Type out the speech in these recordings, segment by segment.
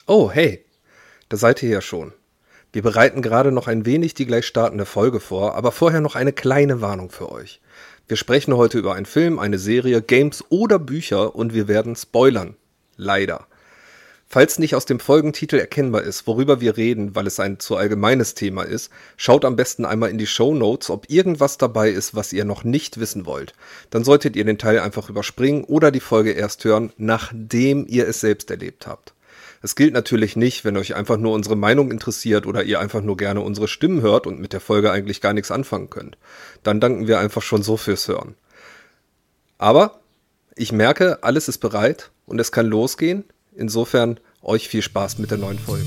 Oh, hey, da seid ihr ja schon. Wir bereiten gerade noch ein wenig die gleich startende Folge vor, aber vorher noch eine kleine Warnung für euch. Wir sprechen heute über einen Film, eine Serie, Games oder Bücher und wir werden spoilern. Leider. Falls nicht aus dem Folgentitel erkennbar ist, worüber wir reden, weil es ein zu allgemeines Thema ist, schaut am besten einmal in die Shownotes, ob irgendwas dabei ist, was ihr noch nicht wissen wollt. Dann solltet ihr den Teil einfach überspringen oder die Folge erst hören, nachdem ihr es selbst erlebt habt. Es gilt natürlich nicht, wenn euch einfach nur unsere Meinung interessiert oder ihr einfach nur gerne unsere Stimmen hört und mit der Folge eigentlich gar nichts anfangen könnt. Dann danken wir einfach schon so fürs Hören. Aber ich merke, alles ist bereit und es kann losgehen. Insofern euch viel Spaß mit der neuen Folge.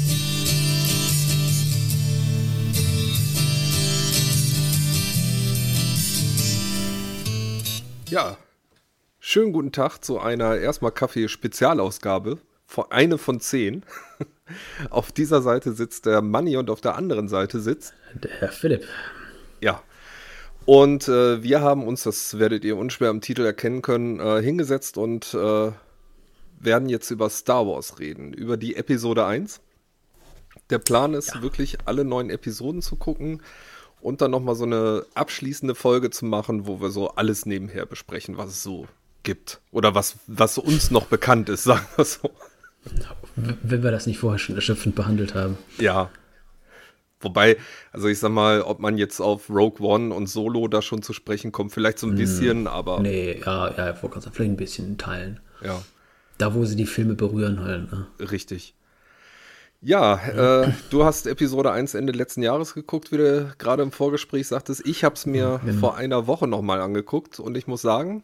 Ja, schönen guten Tag zu einer erstmal Kaffee-Spezialausgabe. Eine von 10. Auf dieser Seite sitzt der Manni und auf der anderen Seite sitzt der Herr Philipp. Ja. Und wir haben uns, das werdet ihr unschwer im Titel erkennen können, hingesetzt und werden jetzt über Star Wars reden, über die Episode 1. Der Plan ist wirklich, alle 9 Episoden zu gucken und dann nochmal so eine abschließende Folge zu machen, wo wir so alles nebenher besprechen, was es so gibt. Oder was uns noch bekannt ist, sagen wir so. Wenn wir das nicht vorher schon erschöpfend behandelt haben. Ja. Wobei, also ich sag mal, ob man jetzt auf Rogue One und Solo da schon zu sprechen kommt, vielleicht so ein bisschen, aber... Nee, ja, ich wollte gerade sagen, vielleicht ein bisschen teilen. Ja. Da, wo sie die Filme berühren halt, ne? Richtig. Ja, du hast Episode 1 Ende letzten Jahres geguckt, wie du gerade im Vorgespräch sagtest. Ich habe es mir vor einer Woche nochmal angeguckt und ich muss sagen,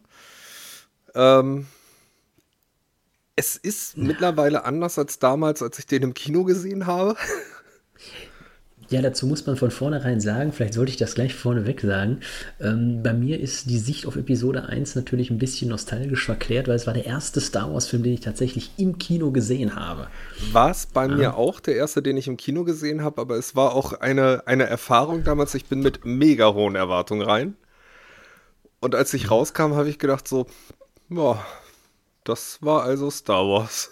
es ist mittlerweile anders als damals, als ich den im Kino gesehen habe. Ja, dazu muss man von vornherein sagen, vielleicht sollte ich das gleich vorneweg sagen, bei mir ist die Sicht auf Episode 1 natürlich ein bisschen nostalgisch verklärt, weil es war der erste Star Wars-Film, den ich tatsächlich im Kino gesehen habe. War es bei mir auch der erste, den ich im Kino gesehen habe, aber es war auch eine Erfahrung damals. Ich bin mit mega hohen Erwartungen rein. Und als ich rauskam, habe ich gedacht so, boah, das war also Star Wars.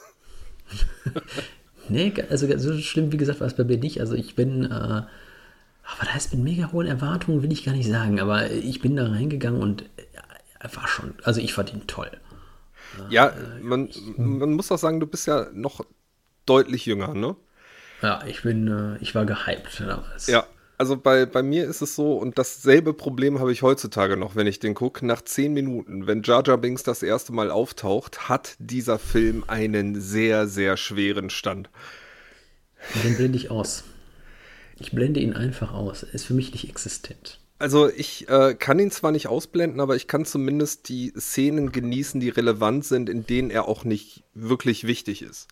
Nee, also so schlimm, wie gesagt, war es bei mir nicht. Also ich bin, aber da ist mit mega hohen Erwartungen, will ich gar nicht sagen, aber ich bin da reingegangen und war schon, also ich fand ihn toll. Ja, man muss auch sagen, du bist ja noch deutlich jünger, ne? Ja, ich war gehypt damals. Ja, also bei mir ist es so, und dasselbe Problem habe ich heutzutage noch, wenn ich den gucke, nach 10 Minuten, wenn Jar Jar Binks das erste Mal auftaucht, hat dieser Film einen sehr, sehr schweren Stand. Den blende ich aus. Ich blende ihn einfach aus. Er ist für mich nicht existent. Also ich kann ihn zwar nicht ausblenden, aber ich kann zumindest die Szenen genießen, die relevant sind, in denen er auch nicht wirklich wichtig ist.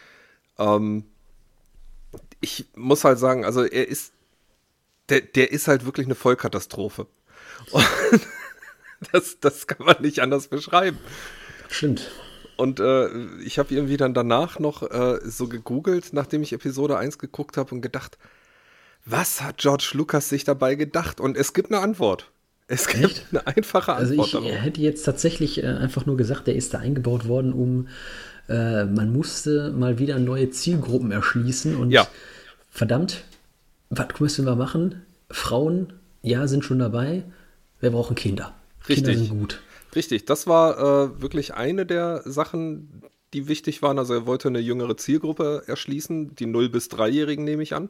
Ich muss halt sagen, also er ist der ist halt wirklich eine Vollkatastrophe. Und das kann man nicht anders beschreiben. Stimmt. Und ich habe irgendwie dann danach noch so gegoogelt, nachdem ich Episode 1 geguckt habe und gedacht, was hat George Lucas sich dabei gedacht? Und es gibt eine Antwort. Es gibt eine einfache Antwort. Also ich hätte jetzt tatsächlich einfach nur gesagt, der ist da eingebaut worden, man musste mal wieder neue Zielgruppen erschließen und verdammt, was müssen wir machen? Frauen, ja, sind schon dabei. Wir brauchen Kinder. Richtig. Kinder sind gut. Richtig, das war wirklich eine der Sachen, die wichtig waren. Also er wollte eine jüngere Zielgruppe erschließen, die 0- bis 3-Jährigen nehme ich an.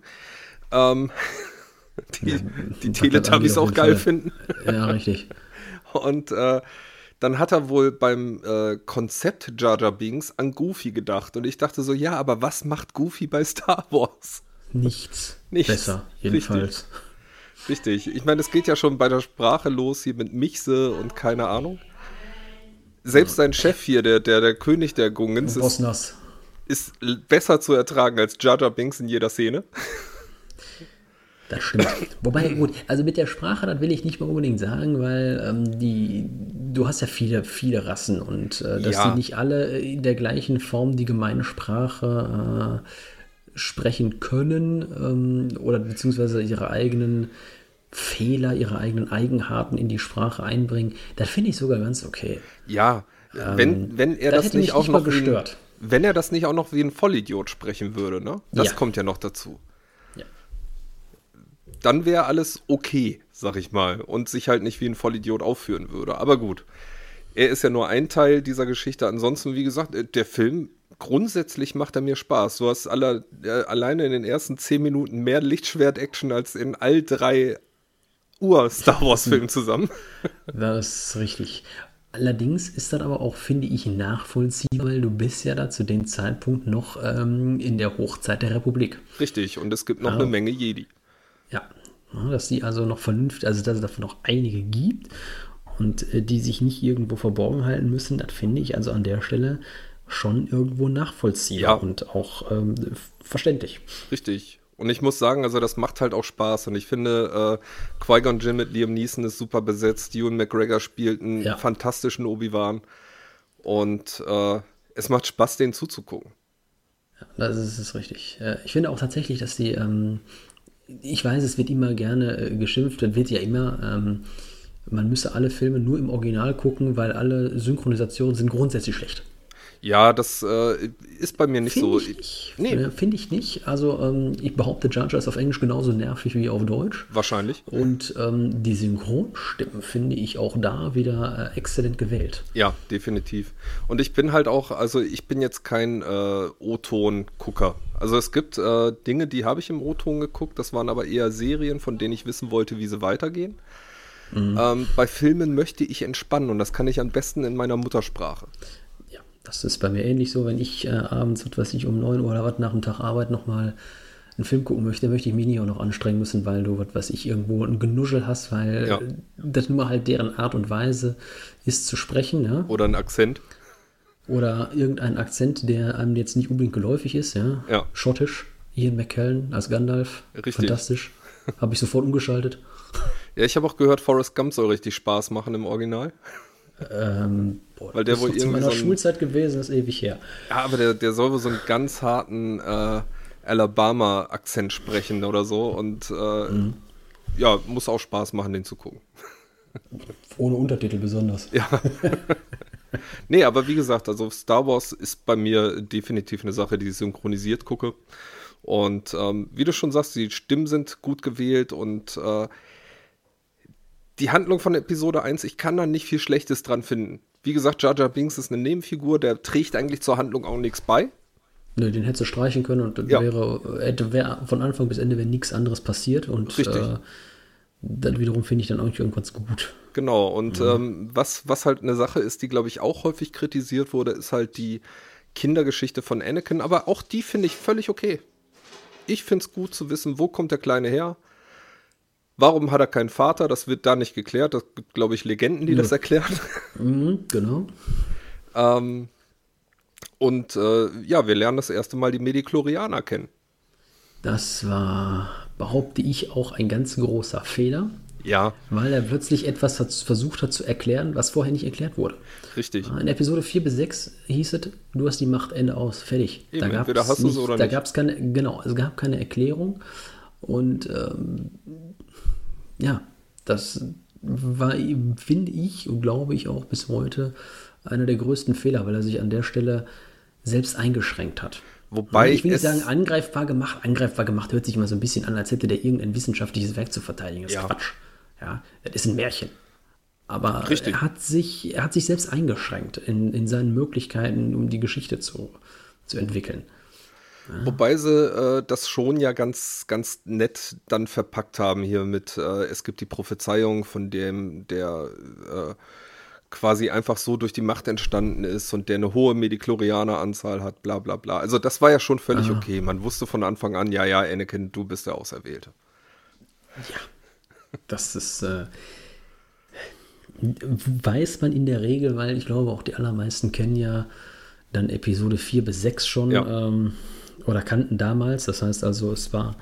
Die Teletubbies auch geil finden. Ja, richtig. Und dann hat er wohl beim Konzept Jar Jar Binks an Goofy gedacht. Und ich dachte so, ja, aber was macht Goofy bei Star Wars? Nichts. Besser, jedenfalls. Richtig. Ich meine, es geht ja schon bei der Sprache los, hier mit Michse und keine Ahnung. Selbst sein Chef hier, der König der Gungens, ist besser zu ertragen als Jar Jar Binks in jeder Szene. Das stimmt. Wobei, gut, also mit der Sprache, das will ich nicht mal unbedingt sagen, weil du hast ja viele Rassen und dass die nicht alle in der gleichen Form die gemeine Sprache sprechen können oder beziehungsweise ihre eigenen Fehler, ihre eigenen Eigenheiten in die Sprache einbringen, das finde ich sogar ganz okay. Ja, wenn er das nicht auch noch gestört. Wenn er das nicht auch noch wie ein Vollidiot sprechen würde, ne? Das kommt ja noch dazu. Ja. Dann wäre alles okay, sag ich mal. Und sich halt nicht wie ein Vollidiot aufführen würde. Aber gut. Er ist ja nur ein Teil dieser Geschichte. Ansonsten, wie gesagt, der Film, grundsätzlich macht er mir Spaß. Du hast alleine in den ersten 10 Minuten mehr Lichtschwert-Action als in all 3 Ur-Star-Wars-Filmen zusammen. Das ist richtig. Allerdings ist das aber auch, finde ich, nachvollziehbar, weil du bist ja da zu dem Zeitpunkt noch in der Hochzeit der Republik. Richtig, und es gibt noch eine Menge Jedi. Ja, dass die also noch vernünftig, also dass es davon noch einige gibt und die sich nicht irgendwo verborgen halten müssen, das finde ich also an der Stelle schon irgendwo nachvollziehbar und auch verständlich. Richtig. Und ich muss sagen, also das macht halt auch Spaß. Und ich finde, Qui-Gon Jinn mit Liam Neeson ist super besetzt. Ewan McGregor spielt einen fantastischen Obi-Wan. Und es macht Spaß, denen zuzugucken. Ja, das ist richtig. Ich finde auch tatsächlich, dass die, ich weiß, es wird immer gerne geschimpft, das wird ja immer, man müsse alle Filme nur im Original gucken, weil alle Synchronisationen sind grundsätzlich schlecht. Ja, das ist bei mir nicht so. Finde ich nicht. Also ich behaupte, Jar Jar ist auf Englisch genauso nervig wie auf Deutsch. Wahrscheinlich. Und die Synchronstimmen finde ich auch da wieder exzellent gewählt. Ja, definitiv. Und ich bin halt auch, also ich bin jetzt kein O-Ton-Gucker. Also es gibt Dinge, die habe ich im O-Ton geguckt, das waren aber eher Serien, von denen ich wissen wollte, wie sie weitergehen. Bei Filmen möchte ich entspannen und das kann ich am besten in meiner Muttersprache. Das ist bei mir ähnlich so, wenn ich abends, was weiß ich, um 9 Uhr oder was nach dem Tag Arbeit nochmal einen Film gucken möchte, möchte ich mich nicht auch noch anstrengen müssen, weil du, was weiß ich, irgendwo ein Genuschel hast, weil das nur halt deren Art und Weise ist zu sprechen. Ja? Oder ein Akzent. Oder irgendein Akzent, der einem jetzt nicht unbedingt geläufig ist. Ja? Schottisch, Ian McKellen als Gandalf. Richtig. Fantastisch. Habe ich sofort umgeschaltet. Ja, ich habe auch gehört, Forrest Gump soll richtig Spaß machen im Original. Weil der wohl irgendwie zu meiner Schulzeit gewesen, das ist ewig her. Ja, aber der soll wohl so einen ganz harten Alabama-Akzent sprechen oder so und ja, muss auch Spaß machen, den zu gucken. Ohne Untertitel besonders. Ja. Nee, aber wie gesagt, also Star Wars ist bei mir definitiv eine Sache, die ich synchronisiert gucke. Und wie du schon sagst, die Stimmen sind gut gewählt und die Handlung von Episode 1, ich kann da nicht viel Schlechtes dran finden. Wie gesagt, Jar Jar Binks ist eine Nebenfigur, der trägt eigentlich zur Handlung auch nichts bei. Nö, den hättest du streichen können und wäre von Anfang bis Ende nichts anderes passiert. Und dann wiederum finde ich dann auch ganz gut. Genau, und was halt eine Sache ist, die, glaube ich, auch häufig kritisiert wurde, ist halt die Kindergeschichte von Anakin. Aber auch die finde ich völlig okay. Ich finde es gut zu wissen, wo kommt der Kleine her? Warum hat er keinen Vater? Das wird da nicht geklärt. Das gibt, glaube ich, Legenden, die das erklären. Genau. Und wir lernen das erste Mal die Midi-Chlorianer kennen. Das war, behaupte ich, auch ein ganz großer Fehler. Ja. Weil er plötzlich etwas versucht hat zu erklären, was vorher nicht erklärt wurde. Richtig. In Episode 4 bis 6 hieß es, du hast die Macht, Ende aus, fertig. Eben, entweder hast du es oder nicht. Da gab es es gab keine Erklärung. Und das war, finde ich und glaube ich auch bis heute, einer der größten Fehler, weil er sich an der Stelle selbst eingeschränkt hat. Wobei ich will nicht sagen, angreifbar gemacht hört sich immer so ein bisschen an, als hätte der irgendein wissenschaftliches Werk zu verteidigen. Das ist Quatsch. Ja, das ist ein Märchen. Aber er hat sich selbst eingeschränkt in seinen Möglichkeiten, um die Geschichte zu entwickeln. Ja. Wobei sie das schon ja ganz, ganz nett dann verpackt haben hier mit, es gibt die Prophezeiung von dem, der quasi einfach so durch die Macht entstanden ist und der eine hohe Midi-Chlorianer-Anzahl hat, bla bla bla. Also das war ja schon völlig okay. Man wusste von Anfang an, ja, Anakin, du bist der Auserwählte. Ja, das ist weiß man in der Regel, weil ich glaube auch die allermeisten kennen ja dann Episode 4 bis 6 schon oder kannten damals. Das heißt also, es war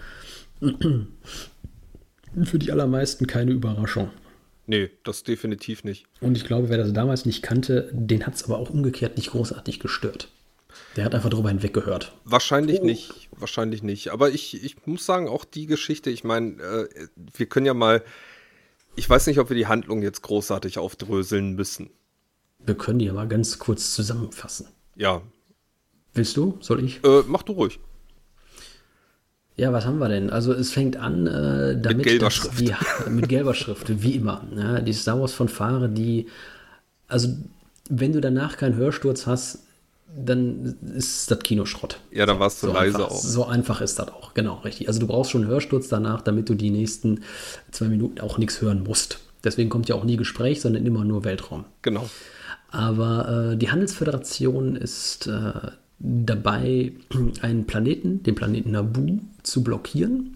für die allermeisten keine Überraschung. Nee, das definitiv nicht. Und ich glaube, wer das damals nicht kannte, den hat es aber auch umgekehrt nicht großartig gestört. Der hat einfach drüber hinweggehört. Wahrscheinlich nicht. Aber ich muss sagen, auch die Geschichte, ich meine, wir können ja mal, ich weiß nicht, ob wir die Handlung jetzt großartig aufdröseln müssen. Wir können die ja mal ganz kurz zusammenfassen. Ja. Willst du? Soll ich? Mach du ruhig. Ja, was haben wir denn? Also es fängt an damit, mit gelber Schrift. Mit gelber Schrift, wie immer. Ja, die Star Wars Fanfare, also wenn du danach keinen Hörsturz hast, dann ist das Kino Schrott. Ja, dann warst du so leise einfach, auch. So einfach ist das auch, genau, richtig. Also du brauchst schon einen Hörsturz danach, damit du die nächsten 2 Minuten auch nichts hören musst. Deswegen kommt ja auch nie Gespräch, sondern immer nur Weltraum. Genau. Aber die Handelsföderation ist dabei, einen Planeten, den Planeten Naboo, zu blockieren,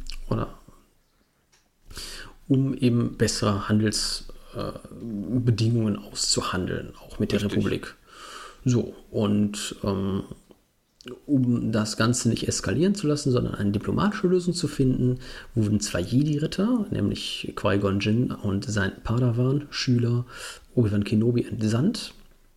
um eben bessere Handelsbedingungen auszuhandeln, auch mit der Republik. So, und um das Ganze nicht eskalieren zu lassen, sondern eine diplomatische Lösung zu finden, wurden 2 Jedi-Ritter, nämlich Qui-Gon Jinn und sein Padawan-Schüler Obi-Wan Kenobi, entsandt,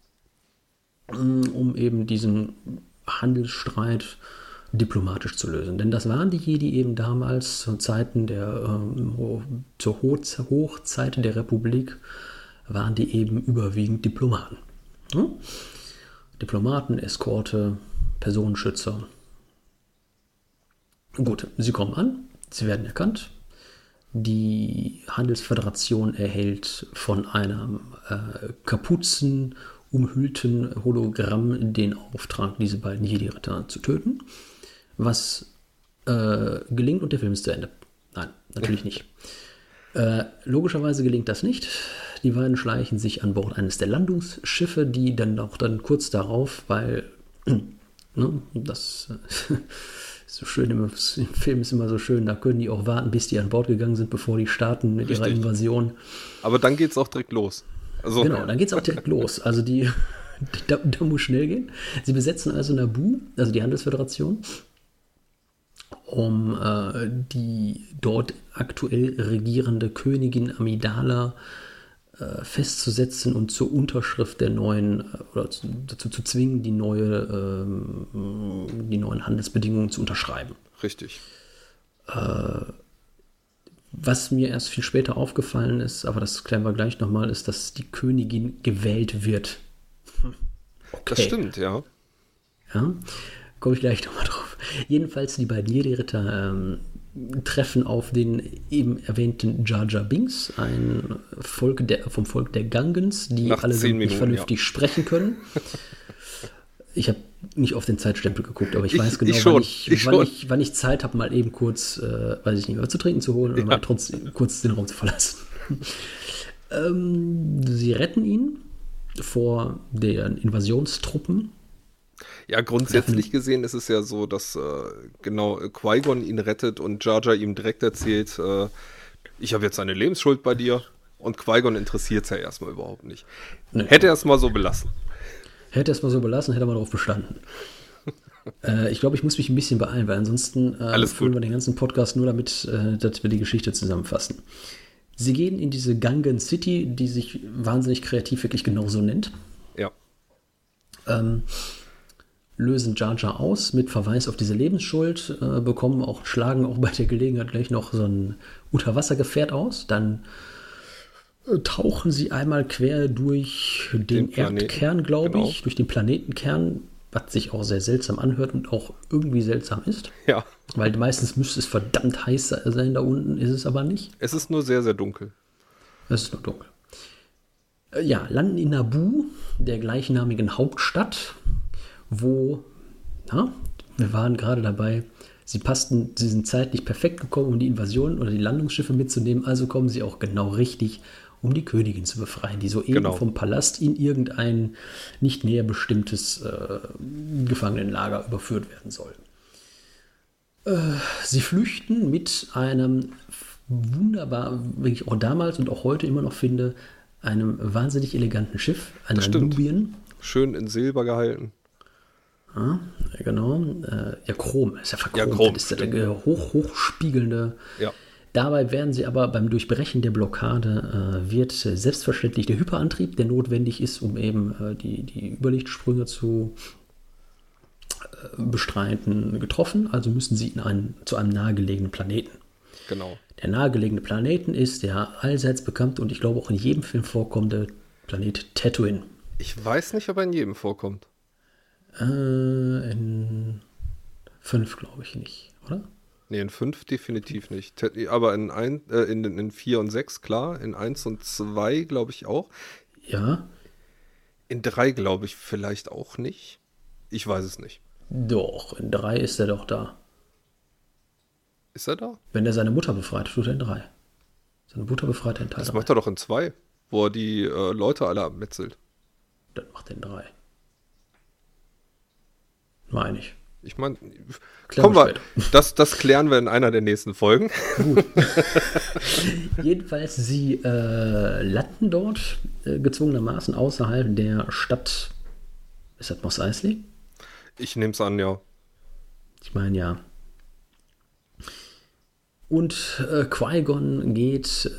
um eben diesen Handelsstreit diplomatisch zu lösen. Denn das waren die Jedi eben damals zur Zeiten zur Hochzeit der Republik, waren die eben überwiegend Diplomaten. Hm? Diplomaten, Eskorte, Personenschützer. Gut, sie kommen an, sie werden erkannt. Die Handelsföderation erhält von einem kapuzenumhüllten Hologramm den Auftrag, diese beiden Jedi-Ritter zu töten. Was gelingt und der Film ist zu Ende. Nein, natürlich nicht. Logischerweise gelingt das nicht. Die beiden schleichen sich an Bord eines der Landungsschiffe, die dann kurz darauf, weil das ist so schön, im Film ist immer so schön, da können die auch warten, bis die an Bord gegangen sind, bevor die starten mit ihrer Invasion. Aber dann geht es auch direkt los. Also. Genau, dann geht es auch direkt los. Also da muss schnell gehen. Sie besetzen also Naboo, also die Handelsföderation, um die dort aktuell regierende Königin Amidala festzusetzen und zur Unterschrift der neuen, oder dazu zu zwingen, die neuen Handelsbedingungen zu unterschreiben. Richtig. Was mir erst viel später aufgefallen ist, aber das klären wir gleich nochmal, ist, dass die Königin gewählt wird. Okay. Das stimmt, ja. Ja, komme ich gleich nochmal drauf. Jedenfalls, die beiden Jedi-Ritter treffen auf den eben erwähnten Jar Jar Binks, ein Volk vom Volk der Gungans, die alle nicht vernünftig sprechen können. Ich habe nicht auf den Zeitstempel geguckt, aber ich weiß genau, wann ich Zeit habe, mal eben kurz, weiß ich nicht, was zu trinken zu holen oder mal trotzdem kurz den Raum zu verlassen. Sie retten ihn vor den Invasionstruppen. Ja, grundsätzlich gesehen ist es ja so, dass Qui-Gon ihn rettet und Jar Jar ihm direkt erzählt, ich habe jetzt eine Lebensschuld bei dir, und Qui-Gon interessiert es ja erstmal überhaupt nicht. Nee. Hätte er es mal so belassen. Hätte er mal darauf bestanden. Ich glaube, ich muss mich ein bisschen beeilen, weil ansonsten füllen wir den ganzen Podcast nur damit, dass wir die Geschichte zusammenfassen. Sie gehen in diese Gungan City, die sich wahnsinnig kreativ wirklich genauso nennt. Ja. Lösen Jar Jar aus mit Verweis auf diese Lebensschuld, schlagen auch bei der Gelegenheit gleich noch so ein Unterwassergefährt aus. Dann tauchen sie einmal quer durch den Erdkern, glaube ich, durch den Planetenkern, was sich auch sehr seltsam anhört und auch irgendwie seltsam ist. Ja. Weil meistens müsste es verdammt heiß sein da unten, ist es aber nicht. Es ist nur sehr, sehr dunkel. Es ist nur dunkel. Ja, landen in Naboo, der gleichnamigen Hauptstadt, wo, wir waren gerade dabei, sie sind zeitlich perfekt gekommen, um die Invasion oder die Landungsschiffe mitzunehmen, also kommen sie auch genau richtig, um die Königin zu befreien, die soeben vom Palast in irgendein nicht näher bestimmtes Gefangenenlager überführt werden soll. Sie flüchten mit einem wunderbar, wie ich auch damals und auch heute immer noch finde, einem wahnsinnig eleganten Schiff, einer Nubian. Schön in Silber gehalten. Ja, genau. Chrom, ist ja verchromt. Ja, Chrom, das ist der hochspiegelnde. Ja. Dabei werden sie aber beim Durchbrechen der Blockade wird selbstverständlich der Hyperantrieb, der notwendig ist, um eben die Überlichtsprünge zu bestreiten, getroffen. Also müssen sie zu einem nahegelegenen Planeten. Genau. Der nahegelegene Planeten ist der allseits bekannte und ich glaube auch in jedem Film vorkommende Planet Tatooine. Ich weiß nicht, ob er in jedem vorkommt. In 5 glaube ich nicht, oder? Nee, in 5 definitiv nicht. Aber in 4 und 6, klar. In 1 und 2 glaube ich auch. Ja. In 3 glaube ich vielleicht auch nicht. Ich weiß es nicht. Doch, in 3 ist er doch da. Ist er da? Wenn er seine Mutter befreit, tut er in 3. Seine Mutter befreit er in Teil 3. Das macht er doch in 2, wo er die Leute alle abmetzelt. Das macht er in 3. Meine ich. Ich meine, komm mal, das klären wir in einer der nächsten Folgen. Gut. Jedenfalls, sie landen dort gezwungenermaßen außerhalb der Stadt. Ist das Mos Eisley? Ich nehme es an, ja. Ich meine, ja. Und Qui-Gon geht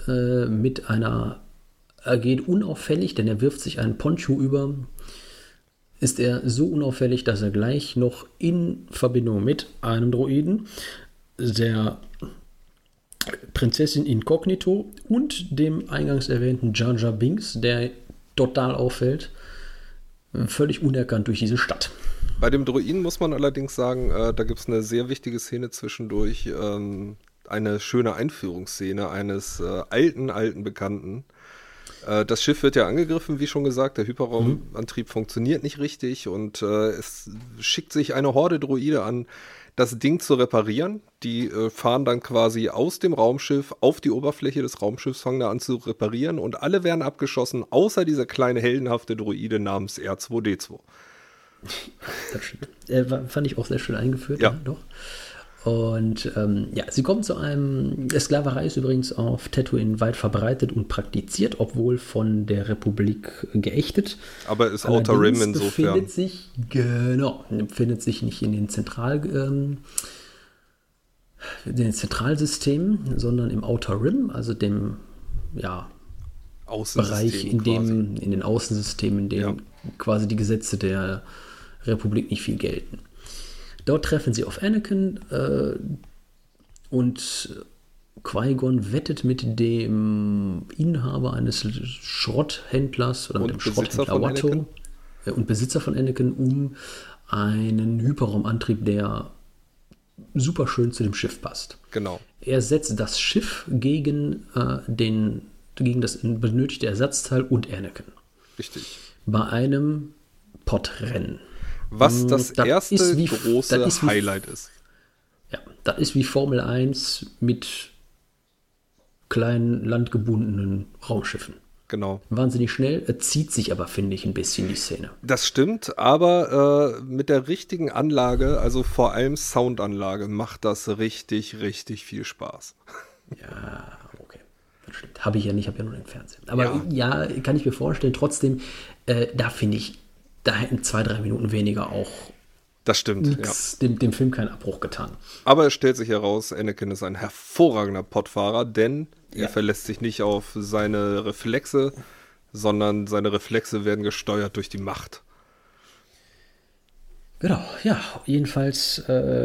geht unauffällig, denn er wirft sich einen Poncho über. Ist er so unauffällig, dass er gleich noch in Verbindung mit einem Droiden, der Prinzessin Inkognito und dem eingangs erwähnten Jar Jar Binks, der total auffällt, völlig unerkannt durch diese Stadt. Bei dem Droiden muss man allerdings sagen, da gibt es eine sehr wichtige Szene zwischendurch, eine schöne Einführungsszene eines alten Bekannten. Das Schiff wird ja angegriffen, wie schon gesagt, der Hyperraumantrieb funktioniert nicht richtig und es schickt sich eine Horde Droide an, das Ding zu reparieren. Die fahren dann quasi aus dem Raumschiff auf die Oberfläche des Raumschiffs, fangen da an zu reparieren und alle werden abgeschossen, außer dieser kleine heldenhafte Droide namens R2D2. Das stimmt. Fand ich auch sehr schön eingeführt. Ja. Doch. Und sie kommen zu einem. Sklaverei ist übrigens auf Tatooine weit verbreitet und praktiziert, obwohl von der Republik geächtet. Aber ist Outer Rim insofern. Befindet sich nicht in den Zentralsystemen, sondern im Outer Rim, also dem Bereich, in den Außensystemen, in dem quasi die Gesetze der Republik nicht viel gelten. Dort treffen sie auf Anakin und Qui-Gon wettet mit dem Inhaber eines Schrotthändlers oder mit dem Schrotthändler Watto und Besitzer von Anakin um einen Hyperraumantrieb, der super schön zu dem Schiff passt. Genau. Er setzt das Schiff gegen das benötigte Ersatzteil und Anakin. Richtig. Bei einem Podrennen. Was das erste große Highlight ist. Ja, das ist wie Formel 1 mit kleinen landgebundenen Raumschiffen. Genau. Wahnsinnig schnell, zieht sich aber, finde ich, ein bisschen die Szene. Das stimmt, aber mit der richtigen Anlage, also vor allem Soundanlage, macht das richtig, richtig viel Spaß. Ja, okay. Das stimmt. Habe ich ja nicht, habe ja nur den Fernseher. Aber ja, kann ich mir vorstellen, trotzdem, da finde ich, da hätten 2-3 Minuten weniger auch das stimmt, dem Film keinen Abbruch getan. Aber es stellt sich heraus, Anakin ist ein hervorragender Podfahrer, denn er verlässt sich nicht auf seine Reflexe, sondern seine Reflexe werden gesteuert durch die Macht. Genau, ja, jedenfalls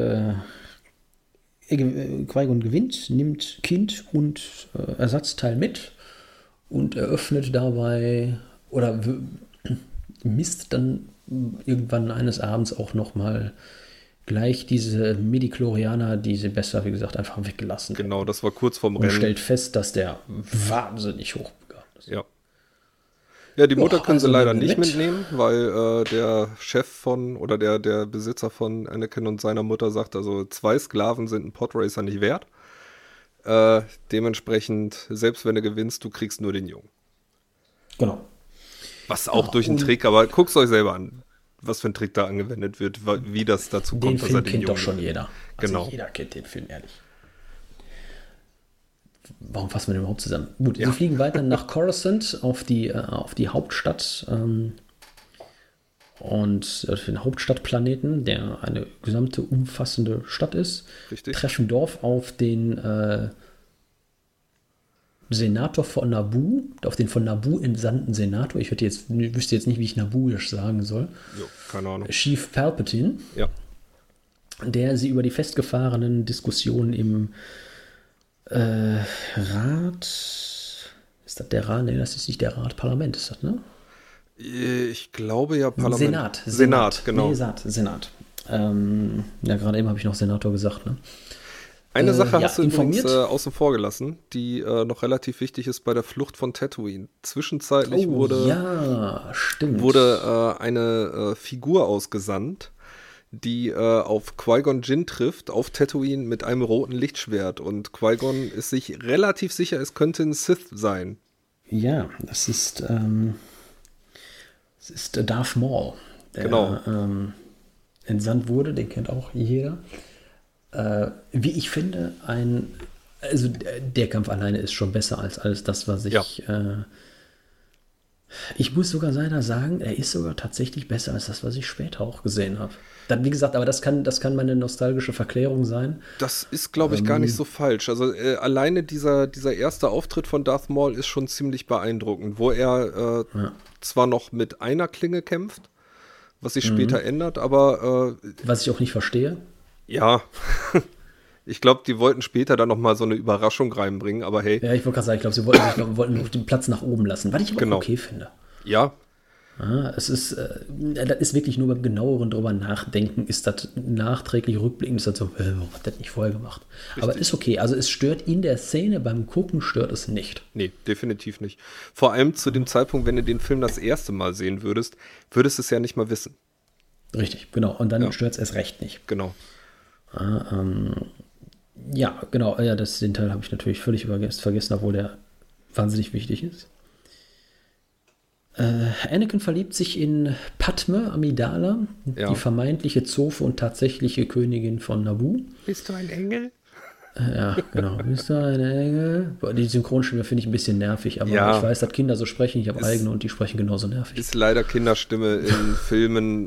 Qui-Gon gewinnt, nimmt Kind und Ersatzteil mit und eröffnet dabei oder misst dann irgendwann eines Abends auch nochmal gleich diese Midi-Chlorianer, die sie besser, wie gesagt, einfach weggelassen. Genau, das war kurz vorm Rennen. Und stellt fest, dass der wahnsinnig hochbegabt ist. Ja, die Mutter können sie leider nicht mitnehmen, weil der Chef oder der Besitzer von Anakin und seiner Mutter sagt, also 2 Sklaven sind ein Podracer nicht wert. Dementsprechend, selbst wenn du gewinnst, du kriegst nur den Jungen. Genau. Was auch durch einen Trick, aber guckt es euch selber an, was für ein Trick da angewendet wird, wie das dazu kommt, dass er den Jungen kennt doch schon jeder. Genau. Also jeder kennt den Film, ehrlich. Warum fassen wir den überhaupt zusammen? Gut, sie fliegen weiter nach Coruscant auf die Hauptstadt und den Hauptstadtplaneten, der eine gesamte umfassende Stadt ist. Richtig. Treffen dort auf den Senator von Naboo, auf den von Naboo entsandten Senator. Ich wüsste jetzt nicht, wie ich Nabuisch sagen soll. Jo, keine Ahnung. Chief Palpatine. Ja. Der sie über die festgefahrenen Diskussionen im Rat. Ist das der Rat? Nee, das ist nicht der Rat. Parlament ist das, ne? Ich glaube ja Parlament. Senat, genau. Nee, Senat. Ja, gerade eben habe ich noch Senator gesagt, ne? Eine Sache hast du übrigens außen vor gelassen, die noch relativ wichtig ist bei der Flucht von Tatooine. Zwischenzeitlich wurde eine Figur ausgesandt, die auf Qui-Gon Jinn trifft, auf Tatooine mit einem roten Lichtschwert. Und Qui-Gon ist sich relativ sicher, es könnte ein Sith sein. Ja, das ist Darth Maul, der entsandt wurde, den kennt auch jeder. Wie ich finde, also der Kampf alleine ist schon besser als alles das, was ich muss sogar sagen, er ist sogar tatsächlich besser als das, was ich später auch gesehen habe. Dann, wie gesagt, aber das kann meine nostalgische Verklärung sein. Das ist, glaube ich, gar nicht so falsch. Also alleine dieser erste Auftritt von Darth Maul ist schon ziemlich beeindruckend, wo er zwar noch mit einer Klinge kämpft, was sich später ändert, aber was ich auch nicht verstehe. Ja, ich glaube, die wollten später dann noch mal so eine Überraschung reinbringen, aber hey. Ja, ich wollte gerade sagen, ich glaube, sie wollten noch den Platz nach oben lassen, was ich aber auch okay finde. Ja. Das ist wirklich nur beim genaueren drüber nachdenken, ist das nachträglich rückblickend, ist das so, warum hat das nicht vorher gemacht? Richtig. Aber ist okay, also es stört in der Szene, beim Gucken stört es nicht. Nee, definitiv nicht. Vor allem zu dem Zeitpunkt, wenn du den Film das erste Mal sehen würdest es ja nicht mal wissen. Richtig, genau, und dann stört es erst recht nicht. Genau. Ja, genau. Ja, den Teil habe ich natürlich völlig vergessen, obwohl der wahnsinnig wichtig ist. Anakin verliebt sich in Padme Amidala, die vermeintliche Zofe und tatsächliche Königin von Naboo. Bist du ein Engel? Ja, genau. Bist du ein Engel? Die Synchronstimme finde ich ein bisschen nervig, aber ich weiß, dass Kinder so sprechen. Ich habe eigene und die sprechen genauso nervig. Ist leider Kinderstimme in Filmen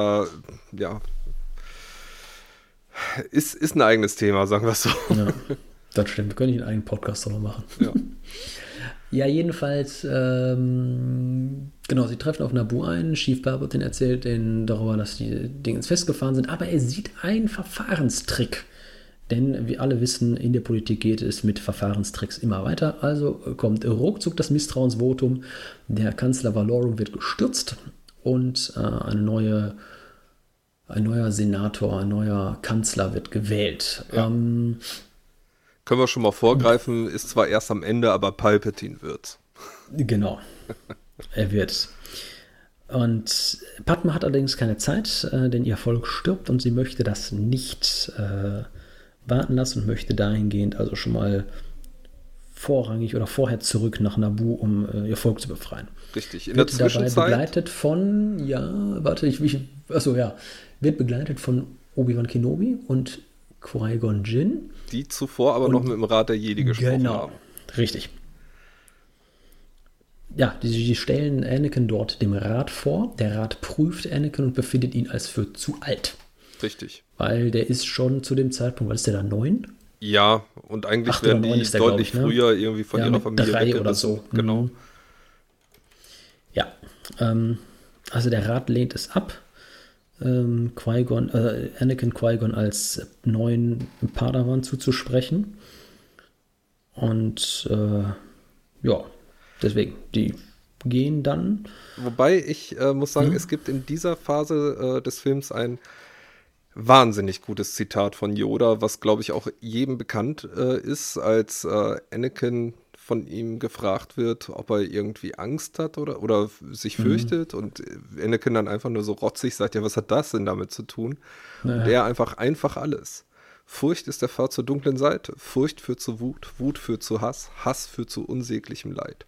Ist ein eigenes Thema, sagen wir es so. Ja, das stimmt. Wir können nicht einen eigenen Podcast darüber machen. Ja, jedenfalls, sie treffen auf Naboo ein. Chief Palpatine erzählt denen darüber, dass die Dinge festgefahren sind. Aber er sieht einen Verfahrenstrick. Denn wir alle wissen, in der Politik geht es mit Verfahrenstricks immer weiter. Also kommt ruckzuck das Misstrauensvotum. Der Kanzler Valorum wird gestürzt und ein neuer Senator, ein neuer Kanzler wird gewählt. Ja. Können wir schon mal vorgreifen, ist zwar erst am Ende, aber Palpatine wird's. Genau, er wird's. Und Padme hat allerdings keine Zeit, denn ihr Volk stirbt und sie möchte das nicht warten lassen und möchte dahingehend also schon mal vorrangig oder vorher zurück nach Naboo, um ihr Volk zu befreien. Richtig, in der Zwischenzeit dabei begleitet von, wird begleitet von Obi-Wan Kenobi und Qui-Gon Jinn. Die zuvor aber noch mit dem Rat der Jedi gesprochen haben. Richtig. Ja, die stellen Anakin dort dem Rat vor. Der Rat prüft Anakin und befindet ihn als für zu alt. Richtig. Weil der ist schon zu dem Zeitpunkt, was ist der da, 9? Ja, und eigentlich werden die deutlich früher irgendwie von ihrer Familie 3 oder so. Genau. Ja, also der Rat lehnt es ab. Anakin Qui-Gon als neuen Padawan zuzusprechen. Und deswegen, die gehen dann. Wobei ich muss sagen, es gibt in dieser Phase des Films ein wahnsinnig gutes Zitat von Yoda, was glaube ich auch jedem bekannt ist, als Anakin von ihm gefragt wird, ob er irgendwie Angst hat oder sich fürchtet und Anakin dann einfach nur so rotzig sagt, ja, was hat das denn damit zu tun? Und er einfach alles. Furcht ist der Pfad zur dunklen Seite, Furcht führt zu Wut, Wut führt zu Hass, Hass führt zu unsäglichem Leid.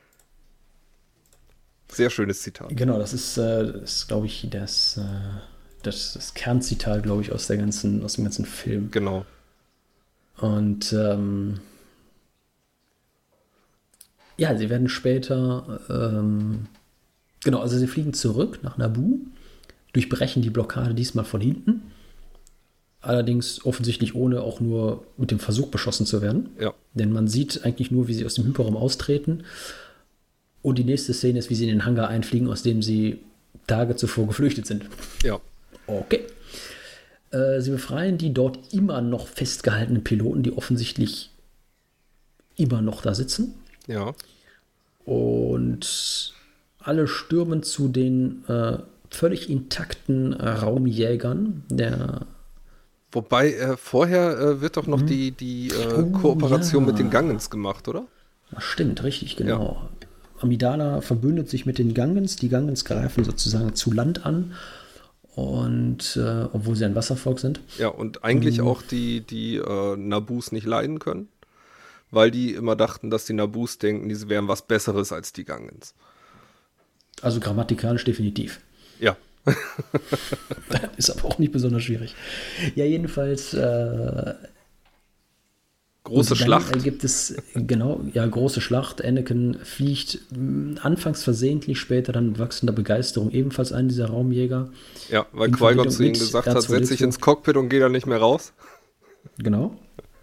Sehr schönes Zitat. Genau, das ist glaube ich, das Kernzitat, glaube ich, aus dem ganzen Film. Genau. Und sie werden später, also sie fliegen zurück nach Naboo, durchbrechen die Blockade diesmal von hinten, allerdings offensichtlich ohne auch nur mit dem Versuch beschossen zu werden. Ja. Denn man sieht eigentlich nur, wie sie aus dem Hyperraum austreten und die nächste Szene ist, wie sie in den Hangar einfliegen, aus dem sie Tage zuvor geflüchtet sind. Ja. Okay. Sie befreien die dort immer noch festgehaltenen Piloten, die offensichtlich immer noch da sitzen. Ja. Und alle stürmen zu den völlig intakten Raumjägern. Wobei, vorher wird doch noch die Kooperation mit den Gungans gemacht, oder? Stimmt, richtig, genau. Ja. Amidala verbündet sich mit den Gungans. Die Gungans greifen sozusagen zu Land an. Und obwohl sie ein Wasservolk sind. Ja, und eigentlich auch die Nabus nicht leiden können, weil die immer dachten, dass die Nabus denken, die wären was Besseres als die Gungans. Also grammatikalisch definitiv. Ja. Das ist aber auch nicht besonders schwierig. Ja, jedenfalls große Schlacht. Gibt es, große Schlacht. Anakin fliegt anfangs versehentlich, später dann mit wachsender Begeisterung ebenfalls einen dieser Raumjäger. Ja, weil Qui-Gon zu ihm gesagt hat, setz dich ins Cockpit und geh da nicht mehr raus. Genau.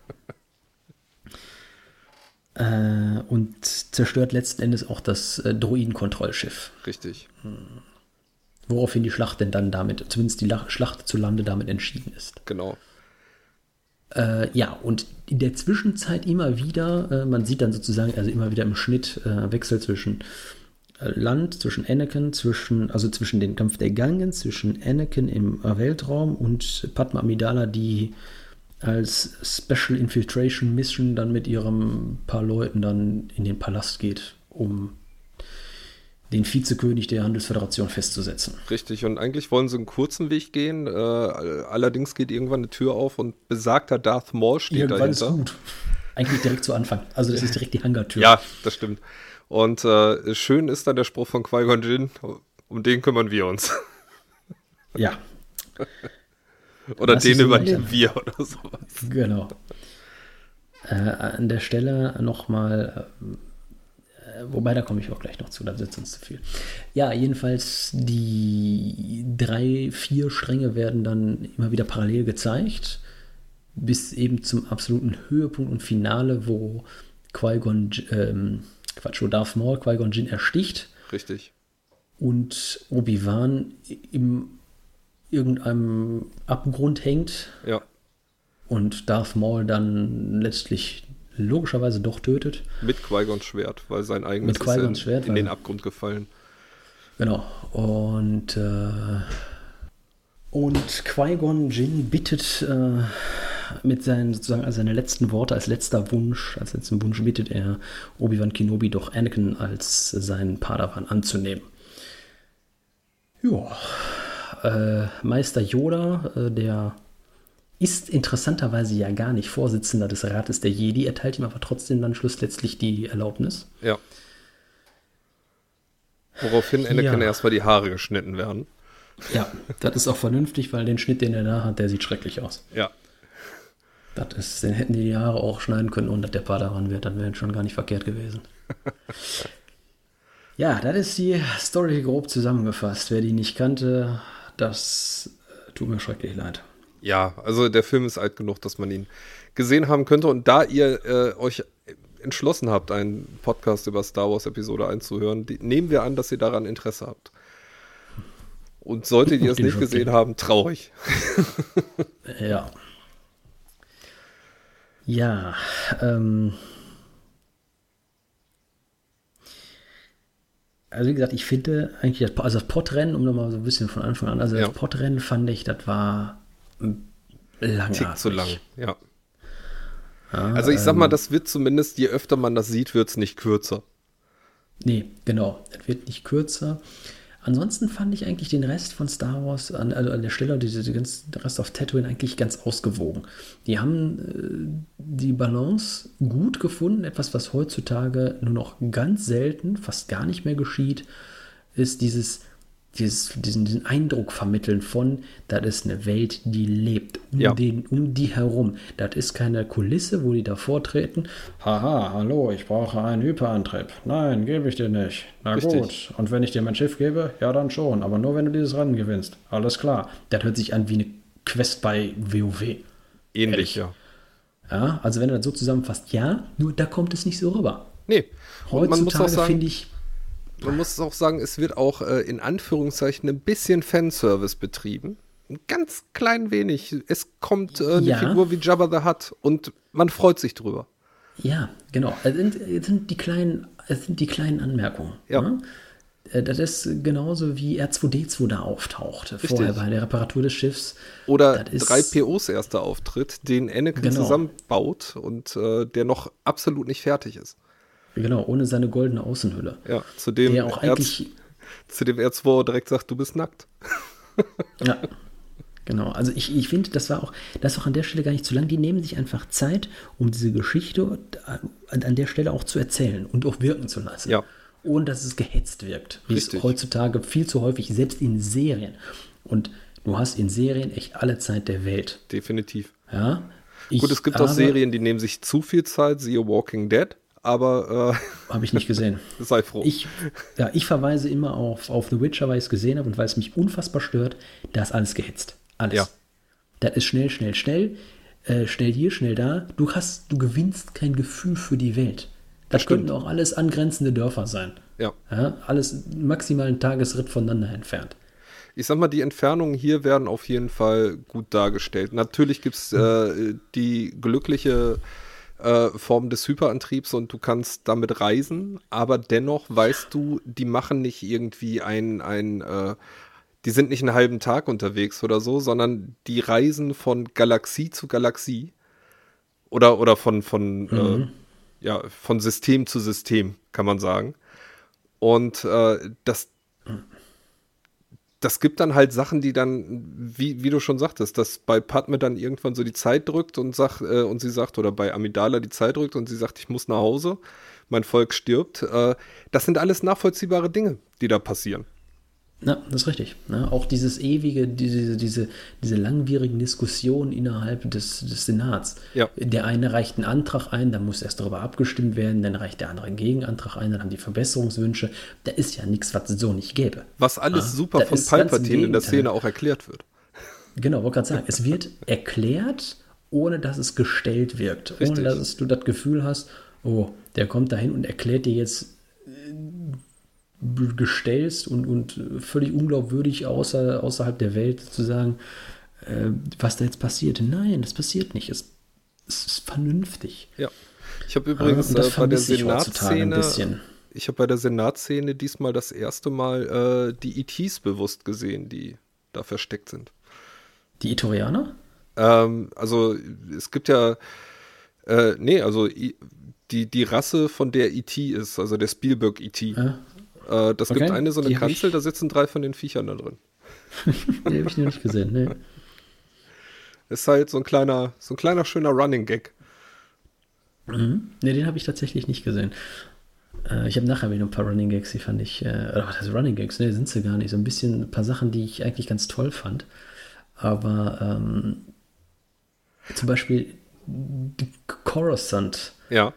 Und zerstört letzten Endes auch das Droidenkontrollschiff. Richtig. Woraufhin die Schlacht denn dann damit, zumindest die Schlacht zu Lande damit entschieden ist. Genau. Und in der Zwischenzeit immer wieder, man sieht dann sozusagen, also immer wieder im Schnitt Wechsel zwischen Land, zwischen Anakin, zwischen den Kampf der Gungans, zwischen Anakin im Weltraum und Padmé Amidala, die als Special Infiltration Mission dann mit ihrem paar Leuten dann in den Palast geht, um den Vizekönig der Handelsföderation festzusetzen. Richtig, und eigentlich wollen sie einen kurzen Weg gehen, allerdings geht irgendwann eine Tür auf und besagter Darth Maul steht irgendwann dahinter. Ist gut. Eigentlich direkt zu Anfang, also das ist direkt die Hangartür. Ja, das stimmt. Und schön ist dann der Spruch von Qui-Gon Jinn, um den kümmern wir uns. Ja. Oder den übernehmen wir oder sowas. Genau. An der Stelle nochmal... wobei, da komme ich auch gleich noch zu, da sitzt uns zu viel. Ja, jedenfalls die 3-4 Stränge werden dann immer wieder parallel gezeigt, bis eben zum absoluten Höhepunkt und Finale, wo Darth Maul Qui-Gon Jinn ersticht. Richtig. Und Obi-Wan in irgendeinem Abgrund hängt. Ja. Und Darth Maul dann letztlich logischerweise doch tötet. Mit Qui-Gons Schwert, weil sein eigenes ist in den Abgrund gefallen. Genau. Und Qui-Gon Jinn bittet mit seinen sozusagen als seine letzten Worte, als letzten Wunsch bittet er Obi-Wan Kenobi doch Anakin als seinen Padawan anzunehmen. Ja. Meister Yoda, der ist interessanterweise ja gar nicht Vorsitzender des Rates der Jedi, erteilt ihm aber trotzdem dann schlussendlich die Erlaubnis. Ja. Woraufhin Anakin erstmal die Haare geschnitten werden. Ja, das ist auch vernünftig, weil den Schnitt, den er da hat, der sieht schrecklich aus. Ja. Den hätten die Haare auch schneiden können, ohne dass der Padawan wird, dann wäre es schon gar nicht verkehrt gewesen. Ja, das ist die Story grob zusammengefasst. Wer die nicht kannte, das tut mir schrecklich leid. Ja, also der Film ist alt genug, dass man ihn gesehen haben könnte. Und da ihr euch entschlossen habt, einen Podcast über Star Wars Episode 1 zu hören, nehmen wir an, dass ihr daran Interesse habt. Und solltet ihr es nicht gesehen haben, traurig. Ja. Ja, also wie gesagt, ich finde eigentlich, das Podrennen, um nochmal so ein bisschen von Anfang an, das Podrennen fand ich, das war langatmig. Tick zu lang, ja. Also ich sag mal, das wird zumindest, je öfter man das sieht, wird es nicht kürzer. Nee, genau, es wird nicht kürzer. Ansonsten fand ich eigentlich den Rest von Star Wars an der Stelle, den ganzen Rest auf Tatooine eigentlich ganz ausgewogen. Die haben die Balance gut gefunden. Etwas, was heutzutage nur noch ganz selten, fast gar nicht mehr geschieht, ist diesen Eindruck vermitteln von, das ist eine Welt, die lebt, um die herum. Das ist keine Kulisse, wo die da vortreten. Haha, hallo, ich brauche einen Hyperantrieb. Nein, gebe ich dir nicht. Na Richtig. gut, und wenn ich dir mein Schiff gebe, ja dann schon, aber nur wenn du dieses Rennen gewinnst. Alles klar. Das hört sich an wie eine Quest bei WoW. Ähnlich, ja. Ja, also wenn du das so zusammenfasst, ja, nur da kommt es nicht so rüber. Nee. Und Heutzutage finde ich... Man muss auch sagen, es wird auch in Anführungszeichen ein bisschen Fanservice betrieben. Ein ganz klein wenig. Es kommt eine Figur wie Jabba the Hutt und man freut sich drüber. Ja, genau. Es sind die kleinen Anmerkungen. Ja. Das ist genauso wie R2D2 da auftauchte, vorher bei der Reparatur des Schiffs. Oder 3POs erster Auftritt, den Anakin zusammenbaut und der noch absolut nicht fertig ist. Genau, ohne seine goldene Außenhülle. Ja, zu dem R2 direkt sagt, du bist nackt. Ja, genau. Also ich finde, das war auch an der Stelle gar nicht zu lang. Die nehmen sich einfach Zeit, um diese Geschichte an der Stelle auch zu erzählen und auch wirken zu lassen. Ja. Ohne dass es gehetzt wirkt. Wie es heutzutage viel zu häufig, selbst in Serien. Und du hast in Serien echt alle Zeit der Welt. Definitiv. Ja. Gut, es gibt auch Serien, die nehmen sich zu viel Zeit, siehe Walking Dead, aber habe ich nicht gesehen. Sei froh. Ich verweise immer auf The Witcher, weil ich es gesehen habe und weil es mich unfassbar stört. Da ist alles gehetzt. Alles. Ja. Das ist schnell, schnell, schnell. Schnell hier, schnell da. Du gewinnst kein Gefühl für die Welt. Das könnten auch alles angrenzende Dörfer sein. Ja. Alles maximal einen Tagesritt voneinander entfernt. Ich sag mal, die Entfernungen hier werden auf jeden Fall gut dargestellt. Natürlich gibt es die glückliche Form des Hyperantriebs und du kannst damit reisen, aber dennoch weißt du, die machen nicht irgendwie die sind nicht einen halben Tag unterwegs oder so, sondern die reisen von Galaxie zu Galaxie oder von System zu System, kann man sagen. Und das gibt dann halt Sachen, die dann, wie du schon sagtest, dass bei Padme dann irgendwann so die Zeit drückt und sie sagt, oder bei Amidala die Zeit drückt und sie sagt, ich muss nach Hause, mein Volk stirbt. Das sind alles nachvollziehbare Dinge, die da passieren. Ja, das ist richtig. Ja, auch dieses ewige, diese langwierigen Diskussionen innerhalb des Senats. Ja. Der eine reicht einen Antrag ein, dann muss erst darüber abgestimmt werden, dann reicht der andere einen Gegenantrag ein, dann haben die Verbesserungswünsche. Da ist ja nichts, was es so nicht gäbe. Was alles super von Palpatine in der Szene auch erklärt wird. Genau, wollte gerade sagen, es wird erklärt, ohne dass es gestellt wirkt. Richtig. Ohne dass du das Gefühl hast, oh, der kommt dahin und erklärt dir jetzt gestellst und völlig unglaubwürdig außerhalb der Welt zu sagen, was da jetzt passiert. Nein, das passiert nicht. Es ist vernünftig. Ja. Ich habe übrigens bei der Senatszene diesmal das erste Mal die ETs bewusst gesehen, die da versteckt sind. Die Itorianer? Also es gibt ja die Rasse, von der E.T. ist, also der Spielberg E.T. Das gibt so eine Kanzel, da sitzen 3 von den Viechern da drin. Die habe ich noch nicht gesehen, ne. Ist halt so ein kleiner schöner Running Gag. Ne, den habe ich tatsächlich nicht gesehen. Ich habe nachher wieder ein paar Running Gags, die fand ich, das Running Gags, ne, sind sie gar nicht. So ein paar Sachen, die ich eigentlich ganz toll fand. Aber zum Beispiel Coruscant. Ja.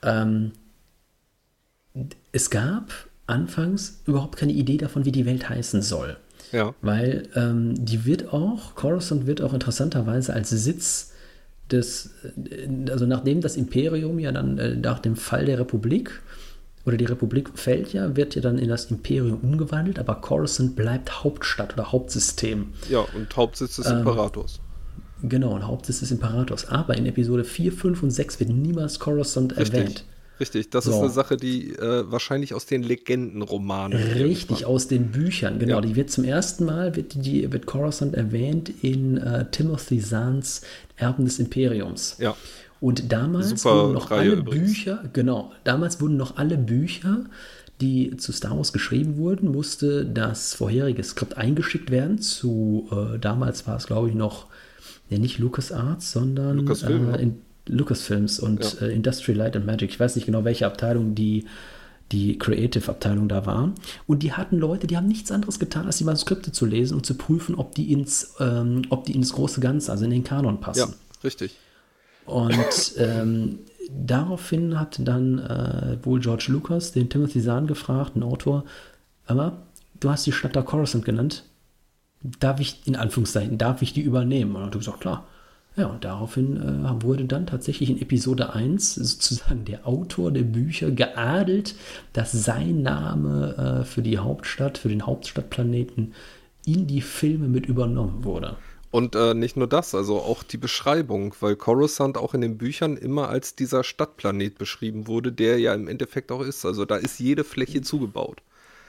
Es gab anfangs überhaupt keine Idee davon, wie die Welt heißen soll. Ja. Weil Coruscant wird auch interessanterweise als Sitz also nachdem das Imperium ja dann nach dem Fall der Republik oder die Republik fällt ja, wird ja dann in das Imperium umgewandelt, aber Coruscant bleibt Hauptstadt oder Hauptsystem. Ja, und Hauptsitz des Imperators. Genau, und Hauptsitz des Imperators. Aber in Episode 4, 5 und 6 wird niemals Coruscant erwähnt. Richtig, das ist eine Sache, die wahrscheinlich aus den Legendenromanen. Richtig, aus den Büchern, genau. Ja. Die wird zum ersten Mal, wird Coruscant erwähnt in Timothy Zahns Erben des Imperiums. Ja. Und damals wurden noch alle Bücher, damals wurden noch alle Bücher, die zu Star Wars geschrieben wurden, musste das vorherige Skript eingeschickt werden zu, damals war es glaube ich noch, nicht LucasArts, sondern Lucasfilms und Industrial Light and Magic. Ich weiß nicht genau, welche Abteilung die Creative-Abteilung da war. Und die hatten Leute, die haben nichts anderes getan, als die Manuskripte zu lesen und zu prüfen, ob die ins große Ganze, also in den Kanon passen. Ja, richtig. Und daraufhin hat dann wohl George Lucas den Timothy Zahn gefragt, ein Autor, aber du hast die Stadt da Coruscant genannt, darf ich die übernehmen? Und er hat gesagt, klar. Ja, und daraufhin wurde dann tatsächlich in Episode 1 sozusagen der Autor der Bücher geadelt, dass sein Name für den Hauptstadtplaneten in die Filme mit übernommen wurde. Und nicht nur das, also auch die Beschreibung, weil Coruscant auch in den Büchern immer als dieser Stadtplanet beschrieben wurde, der ja im Endeffekt auch ist. Also da ist jede Fläche zugebaut.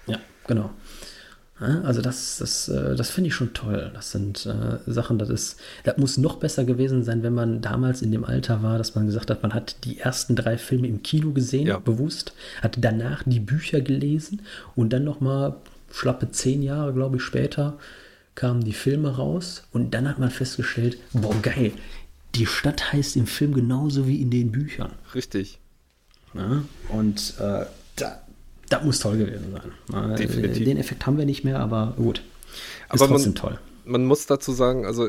Ja, genau. Ja, also das finde ich schon toll. Das sind Sachen, das muss noch besser gewesen sein, wenn man damals in dem Alter war, dass man gesagt hat, man hat die ersten 3 Filme im Kino gesehen, Ja. bewusst, hat danach die Bücher gelesen und dann nochmal schlappe 10 Jahre, glaube ich, später kamen die Filme raus und dann hat man festgestellt, boah, geil, die Stadt heißt im Film genauso wie in den Büchern. Richtig. Ja, und das muss toll gewesen sein. Definitiv. Den Effekt haben wir nicht mehr, aber gut. Ist Aber trotzdem toll. Man muss dazu sagen, also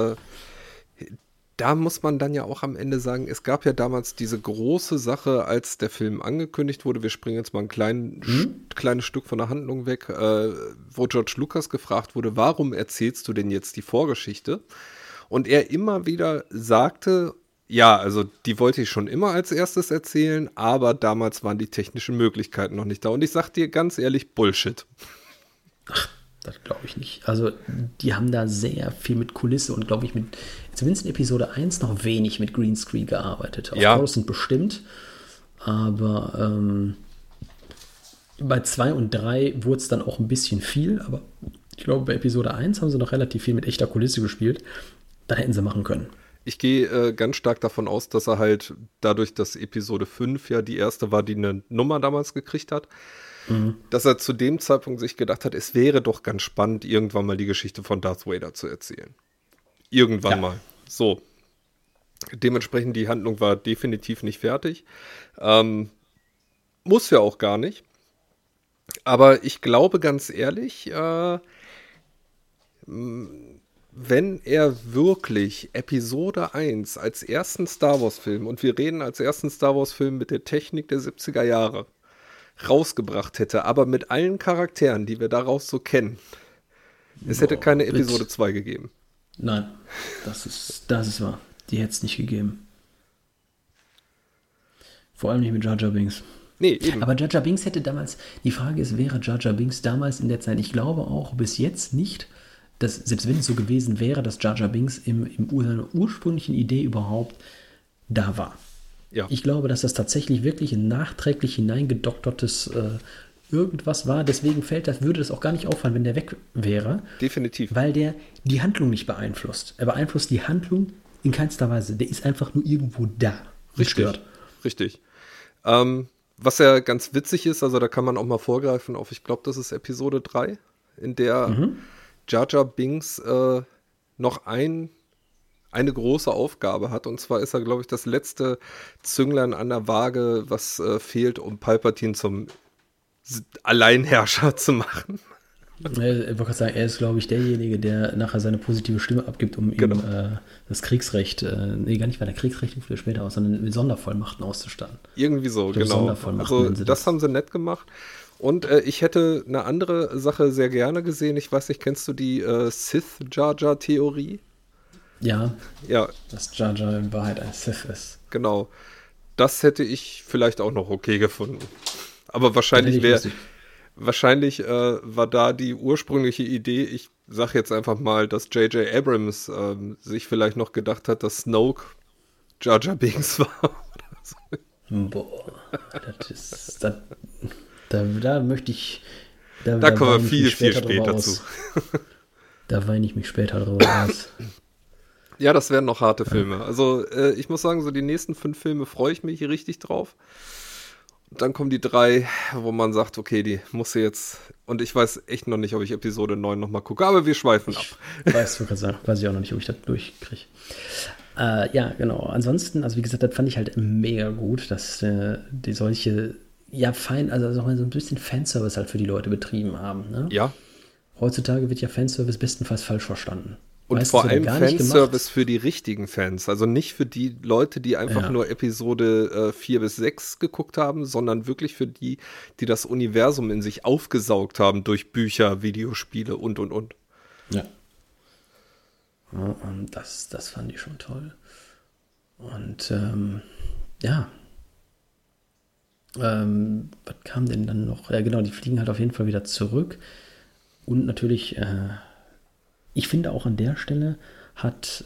da muss man dann ja auch am Ende sagen, es gab ja damals diese große Sache, als der Film angekündigt wurde, wir springen jetzt mal ein kleines Stück von der Handlung weg, wo George Lucas gefragt wurde, warum erzählst du denn jetzt die Vorgeschichte? Und er immer wieder sagte, ja, also die wollte ich schon immer als erstes erzählen, aber damals waren die technischen Möglichkeiten noch nicht da. Und ich sag dir ganz ehrlich, Bullshit. Das glaube ich nicht. Also die haben da sehr viel mit Kulisse und glaube ich zumindest in Episode 1 noch wenig mit Greenscreen gearbeitet. Auf Ja. Coruscant bestimmt, aber bei 2 und 3 wurde es dann auch ein bisschen viel, aber ich glaube bei Episode 1 haben sie noch relativ viel mit echter Kulisse gespielt. Da hätten sie machen können. Ich gehe ganz stark davon aus, dass er halt dadurch, dass Episode 5 ja die erste war, die eine Nummer damals gekriegt hat, dass er zu dem Zeitpunkt sich gedacht hat, es wäre doch ganz spannend, irgendwann mal die Geschichte von Darth Vader zu erzählen. Irgendwann mal. So. Dementsprechend, die Handlung war definitiv nicht fertig. Muss ja auch gar nicht. Aber ich glaube ganz ehrlich, wenn er wirklich Episode 1 als ersten Star Wars Film, und wir reden als ersten Star Wars Film mit der Technik der 70er Jahre, rausgebracht hätte, aber mit allen Charakteren, die wir daraus so kennen, es hätte keine Episode 2 gegeben. Nein, das ist wahr. Die hätte es nicht gegeben. Vor allem nicht mit Jar Jar Binks. Nee, eben. Aber Jar Jar Binks hätte damals, die Frage ist, wäre Jar Jar Binks damals in der Zeit, ich glaube auch bis jetzt nicht, dass, selbst wenn es so gewesen wäre, dass Jar Jar Binks in seiner ursprünglichen Idee überhaupt da war. Ja. Ich glaube, dass das tatsächlich wirklich ein nachträglich hineingedoktertes irgendwas war. Deswegen würde das auch gar nicht auffallen, wenn der weg wäre. Definitiv. Weil der die Handlung nicht beeinflusst. Er beeinflusst die Handlung in keinster Weise. Der ist einfach nur irgendwo da. Richtig. Richtig. Was ja ganz witzig ist, also da kann man auch mal vorgreifen auf, ich glaube, das ist Episode 3, in der Jar Jar Binks noch eine große Aufgabe hat. Und zwar ist er, glaube ich, das letzte Zünglein an der Waage, was fehlt, um Palpatine zum Alleinherrscher zu machen. Ich wollte gerade sagen, er ist, glaube ich, derjenige, der nachher seine positive Stimme abgibt, um ihm das Kriegsrecht, gar nicht, weil der Kriegsrecht führt später aus, sondern mit Sondervollmachten auszustatten. Irgendwie so, genau. Also das haben sie nett gemacht. Und ich hätte eine andere Sache sehr gerne gesehen. Ich weiß nicht, kennst du die Sith-Jar Jar-Theorie? Ja, ja, dass Jar Jar in Wahrheit ein Sith ist. Genau. Das hätte ich vielleicht auch noch okay gefunden. Aber wahrscheinlich war da die ursprüngliche Idee, ich sage jetzt einfach mal, dass J.J. Abrams sich vielleicht noch gedacht hat, dass Snoke Jar Jar Binks war. Oder so. Boah, da möchte ich... Da kommen wir viel später zu. Da weine ich mich später drüber aus. Ja, das wären noch harte Filme. Also ich muss sagen, so die nächsten 5 Filme freue ich mich hier richtig drauf. Und dann kommen die 3, wo man sagt, okay, die muss jetzt... Und ich weiß echt noch nicht, ob ich Episode 9 nochmal gucke, aber wir schweifen ab. Weiß ich auch noch nicht, ob ich das durchkriege. Ja, genau. Ansonsten, also wie gesagt, das fand ich halt mega gut, dass die solche, also auch mal so ein bisschen Fanservice halt für die Leute betrieben haben. Ne? Ja. Heutzutage wird ja Fanservice bestenfalls falsch verstanden. Und vor allem Fanservice für die richtigen Fans. Also nicht für die Leute, die einfach nur Episode 4 bis 6 geguckt haben, sondern wirklich für die, die das Universum in sich aufgesaugt haben durch Bücher, Videospiele und. Ja. Und das fand ich schon toll. Und was kam denn dann noch? Ja, genau, die fliegen halt auf jeden Fall wieder zurück. Und natürlich, ich finde auch an der Stelle hat,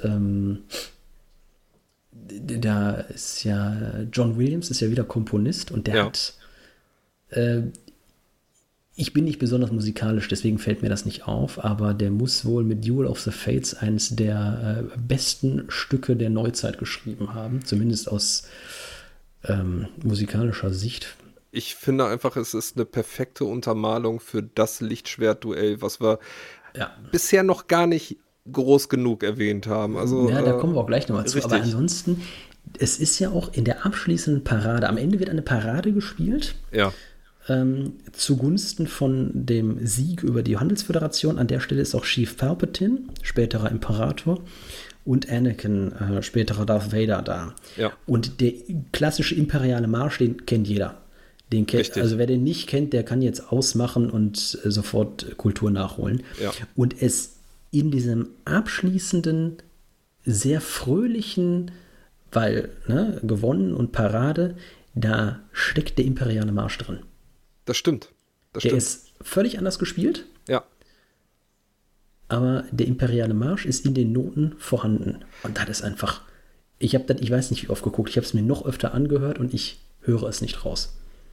da ist ja, John Williams ist ja wieder Komponist und der hat, Ich bin nicht besonders musikalisch, deswegen fällt mir das nicht auf, aber der muss wohl mit Duel of the Fates eines der besten Stücke der Neuzeit geschrieben haben, zumindest aus musikalischer Sicht. Ich finde einfach, es ist eine perfekte Untermalung für das Lichtschwert-Duell, was wir bisher noch gar nicht groß genug erwähnt haben. Also, ja, da kommen wir auch gleich nochmal zu. Aber ansonsten, es ist ja auch in der abschließenden Parade, am Ende wird eine Parade gespielt. Ja. Zugunsten von dem Sieg über die Handelsföderation. An der Stelle ist auch Chief Palpatine, späterer Imperator, und Anakin, späterer Darth Vader da. Ja. Und der klassische imperiale Marsch, den kennt jeder. Also wer den nicht kennt, der kann jetzt ausmachen und sofort Kultur nachholen. Ja. Und es in diesem abschließenden, sehr fröhlichen, weil gewonnen und Parade, da steckt der imperiale Marsch drin. Das stimmt. Der ist völlig anders gespielt. Ja. Aber der imperiale Marsch ist in den Noten vorhanden. Und das ist einfach, ich weiß nicht, wie oft geguckt, ich habe es mir noch öfter angehört und ich höre es nicht raus.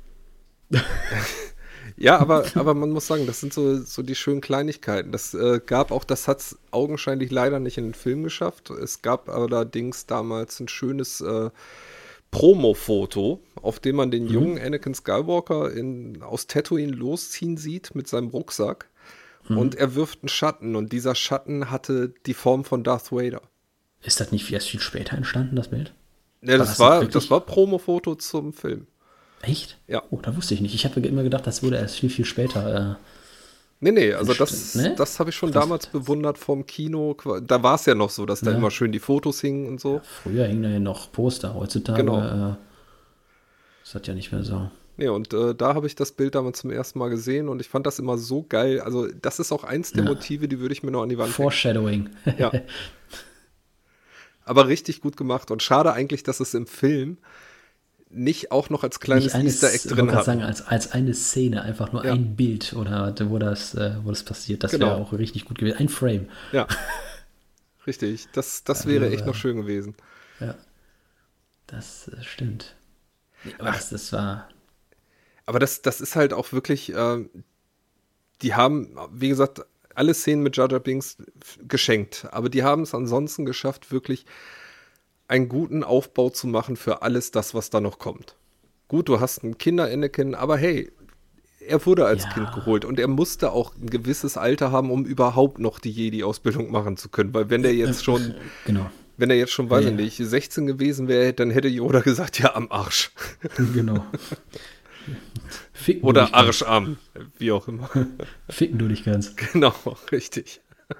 Ja, aber man muss sagen, das sind so die schönen Kleinigkeiten. Das hat es augenscheinlich leider nicht in den Film geschafft. Es gab allerdings damals ein schönes Promo-Foto, auf dem man den jungen Anakin Skywalker aus Tatooine losziehen sieht mit seinem Rucksack. Und er wirft einen Schatten und dieser Schatten hatte die Form von Darth Vader. Ist das nicht erst viel später entstanden, das Bild? Ja, das war Promo-Foto zum Film. Echt? Ja. Oh, da wusste ich nicht. Ich habe immer gedacht, das wurde erst viel, viel später. Nee, also das habe ich schon damals bewundert vom Kino. Da war es ja noch so, dass da immer schön die Fotos hingen und so. Ja, früher hingen da ja noch Poster, heutzutage ist das ja nicht mehr so. Nee, und da habe ich das Bild damals zum ersten Mal gesehen und ich fand das immer so geil. Also das ist auch eins der Motive, die würde ich mir noch an die Wand hängen. Foreshadowing. Ja. Aber richtig gut gemacht und schade eigentlich, dass es im Film nicht auch noch als kleines Easter Egg drin hat. Sagen, als eine Szene, einfach nur ein Bild oder wo das passiert. Das wäre auch richtig gut gewesen. Ein Frame. Ja, richtig. Das wäre echt noch schön gewesen. Ja, das stimmt. Aber das war... Aber das ist halt auch wirklich, die haben, wie gesagt, alle Szenen mit Jar Jar Binks geschenkt. Aber die haben es ansonsten geschafft, wirklich einen guten Aufbau zu machen für alles das, was da noch kommt. Gut, du hast einen Kinder-Anakin, aber hey, er wurde als Kind geholt und er musste auch ein gewisses Alter haben, um überhaupt noch die Jedi-Ausbildung machen zu können. Weil wenn der jetzt schon, weiß ich nicht, 16 gewesen wäre, dann hätte Yoda gesagt, ja, am Arsch. Genau. Oder Arscharm, wie auch immer. Ficken du dich ganz. Genau, richtig.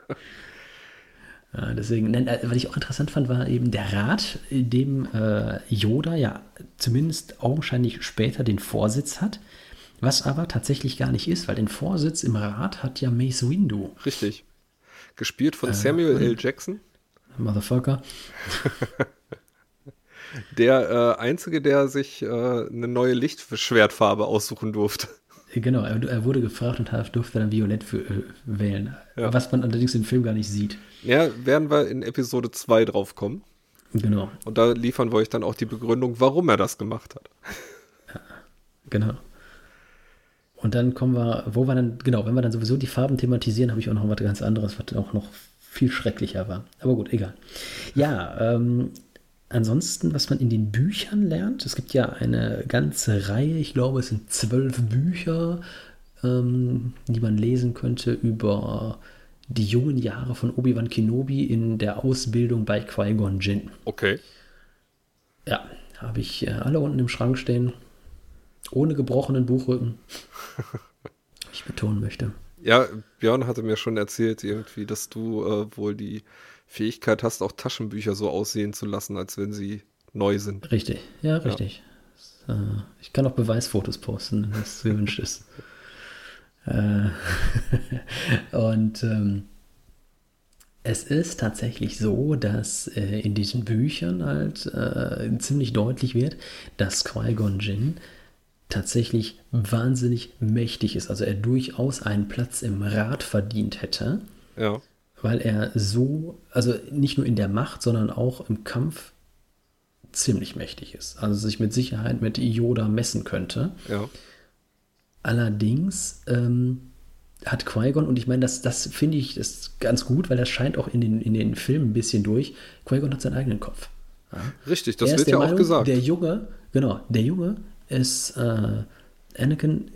Ja, deswegen, was ich auch interessant fand, war eben der Rat, in dem Yoda ja zumindest augenscheinlich später den Vorsitz hat, was aber tatsächlich gar nicht ist, weil den Vorsitz im Rat hat ja Mace Windu. Richtig. Gespielt von Samuel L. Jackson. Motherfucker. Der Einzige, der sich eine neue Lichtschwertfarbe aussuchen durfte. Genau, er wurde gefragt und durfte dann Violett wählen. Ja. Was man allerdings im Film gar nicht sieht. Ja, werden wir in Episode 2 drauf kommen. Genau. Und da liefern wir euch dann auch die Begründung, warum er das gemacht hat. Ja, genau. Und dann kommen wir, wenn wir dann sowieso die Farben thematisieren, habe ich auch noch was ganz anderes, was auch noch viel schrecklicher war. Aber gut, egal. Ja, ansonsten, was man in den Büchern lernt, es gibt ja eine ganze Reihe, ich glaube, es sind 12 Bücher, die man lesen könnte über die jungen Jahre von Obi-Wan Kenobi in der Ausbildung bei Qui-Gon Jinn. Okay. Ja, habe ich alle unten im Schrank stehen, ohne gebrochenen Buchrücken, ich betonen möchte. Ja, Björn hatte mir schon erzählt irgendwie, dass du wohl die Fähigkeit hast, auch Taschenbücher so aussehen zu lassen, als wenn sie neu sind. Richtig, ja, richtig. Ich kann auch Beweisfotos posten, wenn es gewünscht ist. Und es ist tatsächlich so, dass in diesen Büchern halt ziemlich deutlich wird, dass Qui-Gon Jinn tatsächlich wahnsinnig mächtig ist. Also er durchaus einen Platz im Rat verdient hätte. Ja. Weil er so, also nicht nur in der Macht, sondern auch im Kampf ziemlich mächtig ist. Also sich mit Sicherheit mit Yoda messen könnte. Ja. Allerdings hat Qui-Gon, und ich meine, das finde ich ist ganz gut, weil das scheint auch in den Filmen ein bisschen durch, Qui-Gon hat seinen eigenen Kopf. Ja. Richtig, das wird ja auch gesagt. Der Junge ist, Anakin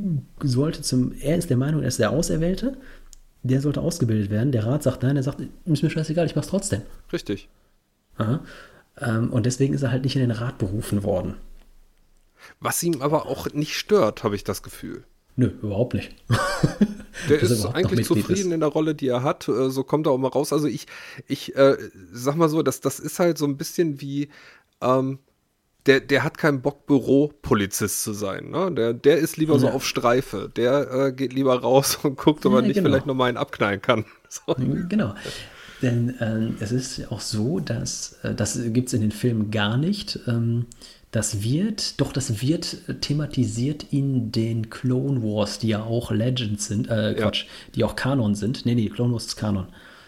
er ist der Meinung, er ist der Auserwählte, der sollte ausgebildet werden. Der Rat sagt nein, er sagt, ist mir scheißegal, ich mach's trotzdem. Richtig. Ja. Und deswegen ist er halt nicht in den Rat berufen worden. Was ihm aber auch nicht stört, habe ich das Gefühl. Nö, überhaupt nicht. Der ist eigentlich zufrieden in der Rolle, die er hat. So kommt er auch mal raus. Also ich sag mal so, das ist halt so ein bisschen wie, der hat keinen Bock, Büropolizist zu sein. Ne? Der ist lieber so auf Streife. Der geht lieber raus und guckt, ob er nicht vielleicht noch mal einen abknallen kann. So. Genau. Denn es ist auch so, dass, das gibt es in den Filmen gar nicht, das wird thematisiert in den Clone Wars, die ja auch Legends sind, die auch Kanon sind. Nee, Clone Wars ist Kanon.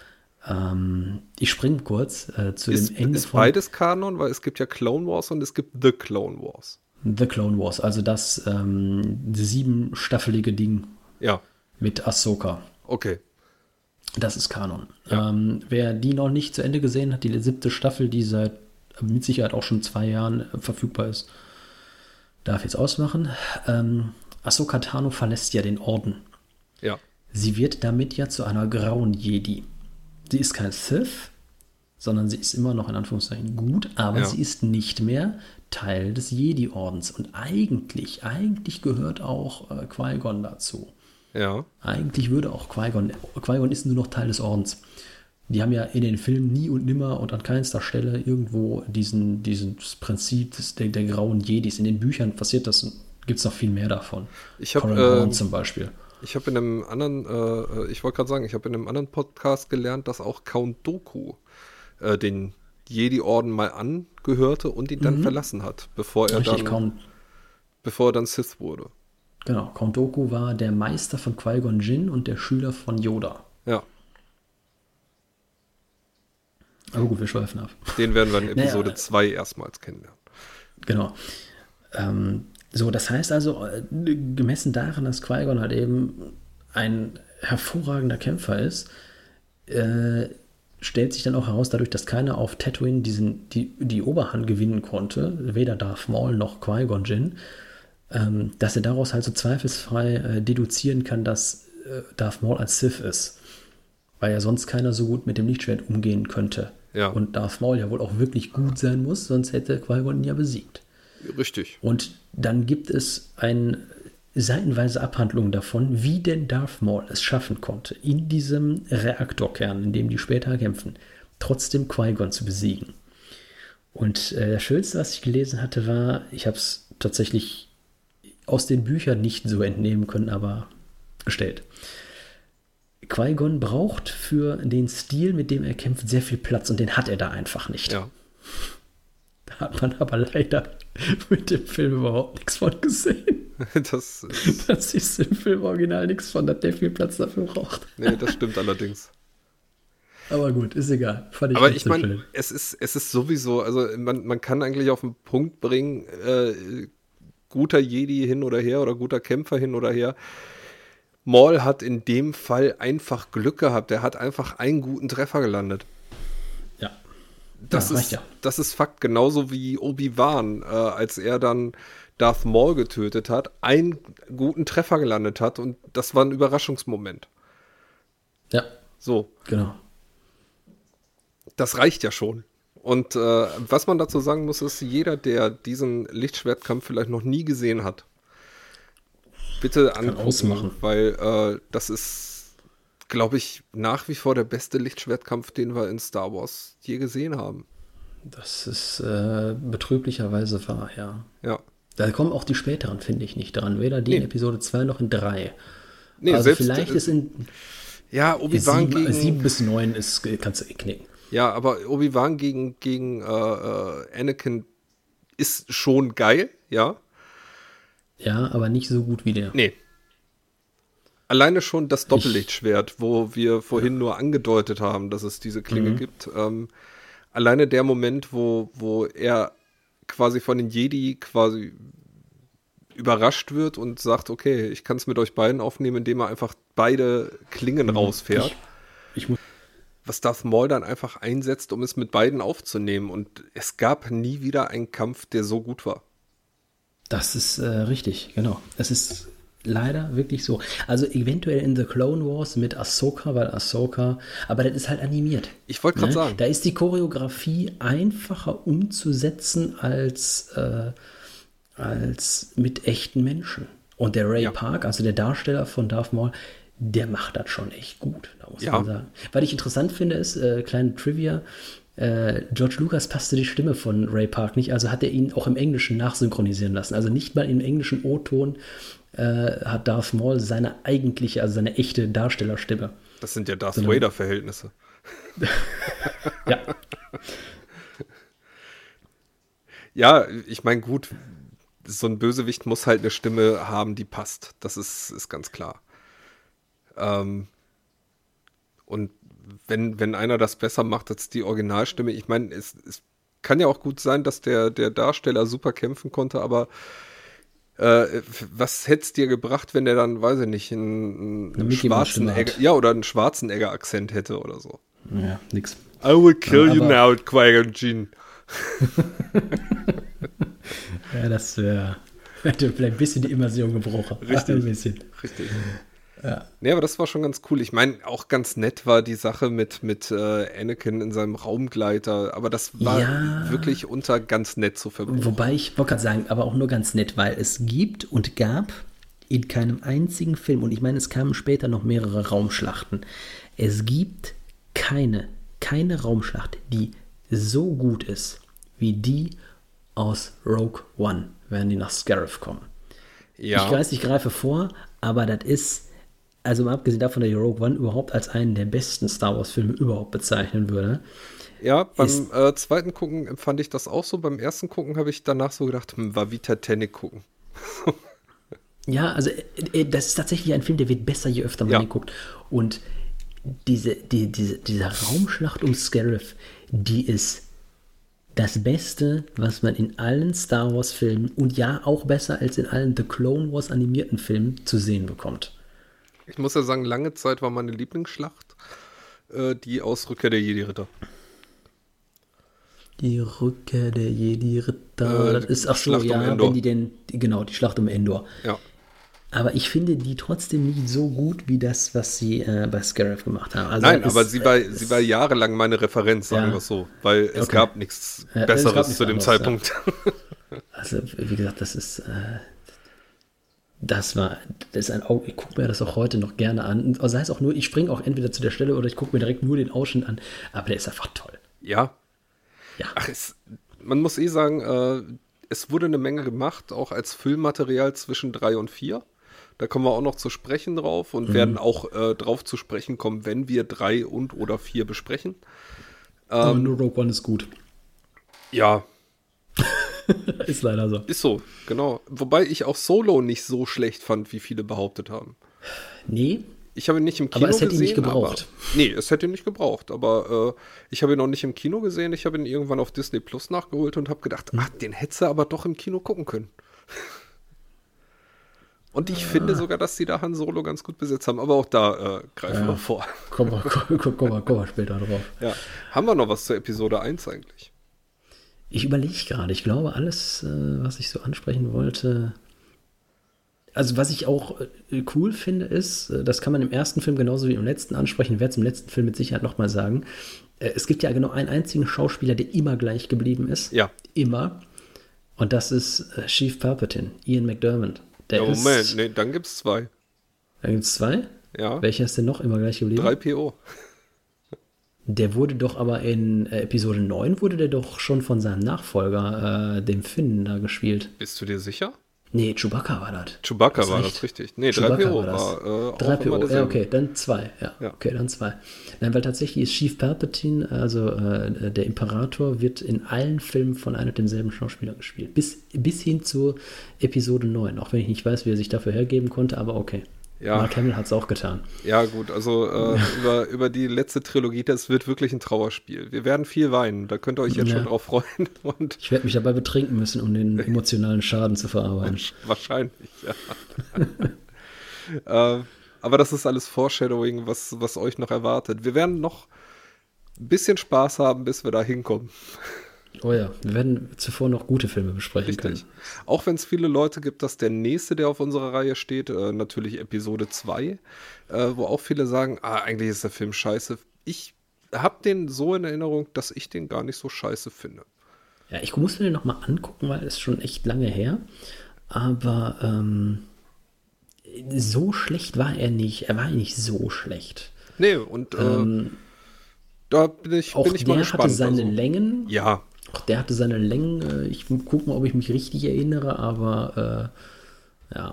Ich springe kurz zu dem Ende von... Ist beides Kanon? Weil es gibt ja Clone Wars und es gibt The Clone Wars. The Clone Wars, also das 7-staffelige Ding mit Ahsoka. Okay. Das ist Kanon. Ja. Wer die noch nicht zu Ende gesehen hat, die 7. Staffel, die seit mit Sicherheit auch schon 2 Jahren verfügbar ist, darf jetzt ausmachen. Ahsoka Tano verlässt ja den Orden. Ja. Sie wird damit ja zu einer grauen Jedi. Sie ist kein Sith, sondern sie ist immer noch in Anführungszeichen gut, aber sie ist nicht mehr Teil des Jedi-Ordens. Und eigentlich gehört auch Qui-Gon dazu. Ja. Eigentlich würde auch Qui-Gon ist nur noch Teil des Ordens. Die haben ja in den Filmen nie und nimmer und an keinster Stelle irgendwo dieses Prinzip der grauen Jedis. In den Büchern passiert das, gibt es noch viel mehr davon. Coral zum Beispiel. Ich habe in einem anderen, ich wollte gerade sagen, ich habe in einem anderen Podcast gelernt, dass auch Count Dooku den Jedi-Orden mal angehörte und ihn dann verlassen hat, bevor er dann Sith wurde. Genau, Count Dooku war der Meister von Qui-Gon Jinn und der Schüler von Yoda. Ja. Aber gut, wir schweifen ab. Den werden wir in Episode 2 erstmals kennenlernen. Genau. So, das heißt also, gemessen daran, dass Qui-Gon halt eben ein hervorragender Kämpfer ist, stellt sich dann auch heraus, dadurch, dass keiner auf Tatooine die Oberhand gewinnen konnte, weder Darth Maul noch Qui-Gon Jinn, dass er daraus halt so zweifelsfrei deduzieren kann, dass Darth Maul ein Sith ist. Weil ja sonst keiner so gut mit dem Lichtschwert umgehen könnte. Ja. Und Darth Maul ja wohl auch wirklich gut sein muss, sonst hätte Qui-Gon ihn ja besiegt. Richtig. Und dann gibt es eine seitenweise Abhandlung davon, wie denn Darth Maul es schaffen konnte, in diesem Reaktorkern, in dem die später kämpfen, trotzdem Qui-Gon zu besiegen. Und das Schönste, was ich gelesen hatte, war, ich habe es tatsächlich aus den Büchern nicht so entnehmen können, aber gestellt. Qui-Gon braucht für den Stil, mit dem er kämpft, sehr viel Platz und den hat er da einfach nicht. Ja. Da hat man aber leider mit dem Film überhaupt nichts von gesehen. Das siehst du im Film original nichts von, dass der viel Platz dafür braucht. Nee, das stimmt allerdings. Aber gut, ist egal. Aber ich meine, es ist sowieso, also man kann eigentlich auf den Punkt bringen, guter Jedi hin oder her oder guter Kämpfer hin oder her. Maul hat in dem Fall einfach Glück gehabt. Er hat einfach einen guten Treffer gelandet. Ja. Das ist Fakt. Genauso wie Obi-Wan, als er dann Darth Maul getötet hat, einen guten Treffer gelandet hat und das war ein Überraschungsmoment. Ja. So. Genau. Das reicht ja schon. Und was man dazu sagen muss, ist, jeder, der diesen Lichtschwertkampf vielleicht noch nie gesehen hat, bitte angucken, weil das ist, glaube ich, nach wie vor der beste Lichtschwertkampf, den wir in Star Wars je gesehen haben. Das ist betrüblicherweise wahr, ja. Ja. Da kommen auch die späteren, finde ich, nicht dran. Weder die in Episode 2 noch in 3. Nee, also selbst, vielleicht ist in Obi-Wan 7 bis 9 kannst du knicken. Ja, aber Obi-Wan gegen Anakin ist schon geil, ja. Ja, aber nicht so gut wie der. Nee. Alleine schon das Doppellichtschwert, wo wir vorhin nur angedeutet haben, dass es diese Klinge gibt. Alleine der Moment, wo er quasi von den Jedi quasi überrascht wird und sagt, okay, ich kann es mit euch beiden aufnehmen, indem er einfach beide Klingen rausfährt. Was Darth Maul dann einfach einsetzt, um es mit beiden aufzunehmen. Und es gab nie wieder einen Kampf, der so gut war. Das ist richtig, genau. Es ist leider wirklich so. Also eventuell in The Clone Wars mit Ahsoka, aber das ist halt animiert. Ich wollte gerade sagen. Da ist die Choreografie einfacher umzusetzen als mit echten Menschen. Und der Ray Park, also der Darsteller von Darth Maul, der macht das schon echt gut, da muss man sagen. Was ich interessant finde, ist, kleine Trivia, George Lucas passte die Stimme von Ray Park nicht, also hat er ihn auch im Englischen nachsynchronisieren lassen. Also nicht mal im englischen O-Ton hat Darth Maul seine eigentliche, also seine echte Darstellerstimme. Das sind ja Darth Vader-Verhältnisse. Ja. Ja, ich meine, gut, so ein Bösewicht muss halt eine Stimme haben, die passt. Das ist ganz klar. Und wenn einer das besser macht als die Originalstimme, ich meine, es kann ja auch gut sein, dass der Darsteller super kämpfen konnte, aber was hätte es dir gebracht, wenn der dann, weiß ich nicht, einen Schwarzenegger, oder einen Schwarzenegger-Akzent hätte oder so? Ja, nix. I will kill you now, Qui-Gon Jinn. Ja, das hätte vielleicht ein bisschen die Immersion gebrochen. Richtig. Ein bisschen. Richtig. Ja. Nee, aber das war schon ganz cool. Ich meine, auch ganz nett war die Sache mit Anakin in seinem Raumgleiter, aber das war wirklich unter ganz nett zu verbuchen. Wobei ich wollte gerade sagen, aber auch nur ganz nett, weil es gibt und gab in keinem einzigen Film, und ich meine, es kamen später noch mehrere Raumschlachten, es gibt keine Raumschlacht, die so gut ist, wie die aus Rogue One, wenn die nach Scarif kommen. Ja. Ich weiß, ich greife vor, aber das ist, also mal abgesehen davon, dass ich Rogue One überhaupt als einen der besten Star Wars Filme überhaupt bezeichnen würde. Ja, beim zweiten Gucken empfand ich das auch so. Beim ersten Gucken habe ich danach so gedacht, war wie Titanic gucken. Ja, also das ist tatsächlich ein Film, der wird besser, je öfter man ihn guckt. Und diese Raumschlacht um Scarif, die ist das Beste, was man in allen Star Wars Filmen und ja auch besser als in allen The Clone Wars animierten Filmen zu sehen bekommt. Ich muss ja sagen, lange Zeit war meine Lieblingsschlacht die aus Rückkehr der Jedi-Ritter. Die Rückkehr der Jedi-Ritter, das ist, ach so, Schlacht um Endor. wenn die Schlacht um Endor. Ja. Aber ich finde die trotzdem nicht so gut, wie das, was sie bei Scarif gemacht haben. Also nein, aber sie war jahrelang meine Referenz, sagen wir es so, weil es gab nichts Besseres zu dem Zeitpunkt. Ja. Also, wie gesagt, das ist ein Auge, ich gucke mir das auch heute noch gerne an. Und sei es auch nur, ich springe auch entweder zu der Stelle oder ich gucke mir direkt nur den Ausschnitt an. Aber der ist einfach toll. Ja. Ja. Ach, man muss sagen, es wurde eine Menge gemacht, auch als Füllmaterial zwischen 3 und 4. Da kommen wir auch noch zu sprechen drauf und werden auch drauf zu sprechen kommen, wenn wir 3 und oder 4 besprechen. Aber nur Rogue One ist gut. Ja. Ist leider so. Ist so, genau. Wobei ich auch Solo nicht so schlecht fand, wie viele behauptet haben. Nee. Ich habe ihn nicht im Kino gesehen. Aber es hätte ihn nicht gebraucht. Nee, es hätte ihn nicht gebraucht. Aber ich habe ihn noch nicht im Kino gesehen. Ich habe ihn irgendwann auf Disney Plus nachgeholt und habe gedacht, den hättest du aber doch im Kino gucken können. Und ich finde sogar, dass die da Han Solo ganz gut besetzt haben. Aber auch da greifen wir vor. Kommen wir später drauf. Ja. Haben wir noch was zur Episode 1 eigentlich? Ich überlege gerade. Ich glaube, alles, was ich so ansprechen wollte. Also, was ich auch cool finde, ist, das kann man im ersten Film genauso wie im letzten ansprechen. Ich werde es im letzten Film mit Sicherheit nochmal sagen. Es gibt ja genau einen einzigen Schauspieler, der immer gleich geblieben ist. Ja. Immer. Und das ist Chief Palpatine, Ian McDiarmid. Moment, nee, dann gibt es 2. Dann gibt es 2? Ja. Welcher ist denn noch immer gleich geblieben? 3PO. Der wurde doch aber in Episode 9 wurde der doch schon von seinem Nachfolger, dem Finn, da gespielt. Bist du dir sicher? Nee, Chewbacca war das. Chewbacca war das, richtig. Nee, 3PO war auch 3PO, ja, okay, dann 2. Ja, okay, dann 2. Nein, weil tatsächlich ist Chief Palpatine, also der Imperator, wird in allen Filmen von einem und demselben Schauspieler gespielt. Bis hin zur Episode 9. Auch wenn ich nicht weiß, wie er sich dafür hergeben konnte, aber okay. Ja. Mark Hamill hat es auch getan. Ja, gut, also über die letzte Trilogie, das wird wirklich ein Trauerspiel. Wir werden viel weinen, da könnt ihr euch jetzt schon drauf freuen. Und ich werde mich dabei betrinken müssen, um den emotionalen Schaden zu verarbeiten. Wahrscheinlich, ja. Aber das ist alles Foreshadowing, was euch noch erwartet. Wir werden noch ein bisschen Spaß haben, bis wir da hinkommen. Oh ja, wir werden zuvor noch gute Filme besprechen können. Auch wenn es viele Leute gibt, dass der nächste, der auf unserer Reihe steht, natürlich Episode 2, wo auch viele sagen, eigentlich ist der Film scheiße. Ich habe den so in Erinnerung, dass ich den gar nicht so scheiße finde. Ja, ich muss mir den nochmal angucken, weil es ist schon echt lange her. Aber so schlecht war er nicht. Er war nicht so schlecht. Nee, und da bin ich mal gespannt. Der hatte seine Längen. Ja. Auch der hatte seine Längen. Ich gucke mal, ob ich mich richtig erinnere, aber ja.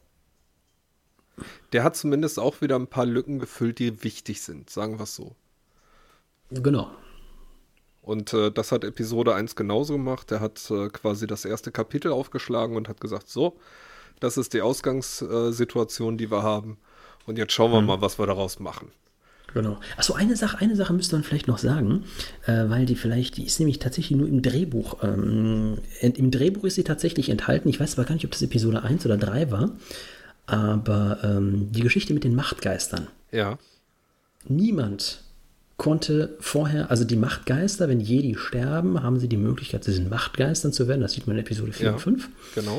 Der hat zumindest auch wieder ein paar Lücken gefüllt, die wichtig sind, sagen wir es so. Genau. Und das hat Episode 1 genauso gemacht. Der hat quasi das erste Kapitel aufgeschlagen und hat gesagt, so, das ist die Ausgangssituation, die wir haben. Und jetzt schauen wir mal, was wir daraus machen. Genau. Achso, eine Sache müsste man vielleicht noch sagen, weil die ist nämlich tatsächlich nur im Drehbuch. Im Drehbuch ist sie tatsächlich enthalten. Ich weiß aber gar nicht, ob das Episode 1 oder 3 war. Aber die Geschichte mit den Machtgeistern. Ja. Niemand konnte vorher, also die Machtgeister, wenn Jedi sterben, haben sie die Möglichkeit, zu diesen Machtgeistern zu werden. Das sieht man in Episode 4 und 5. Genau.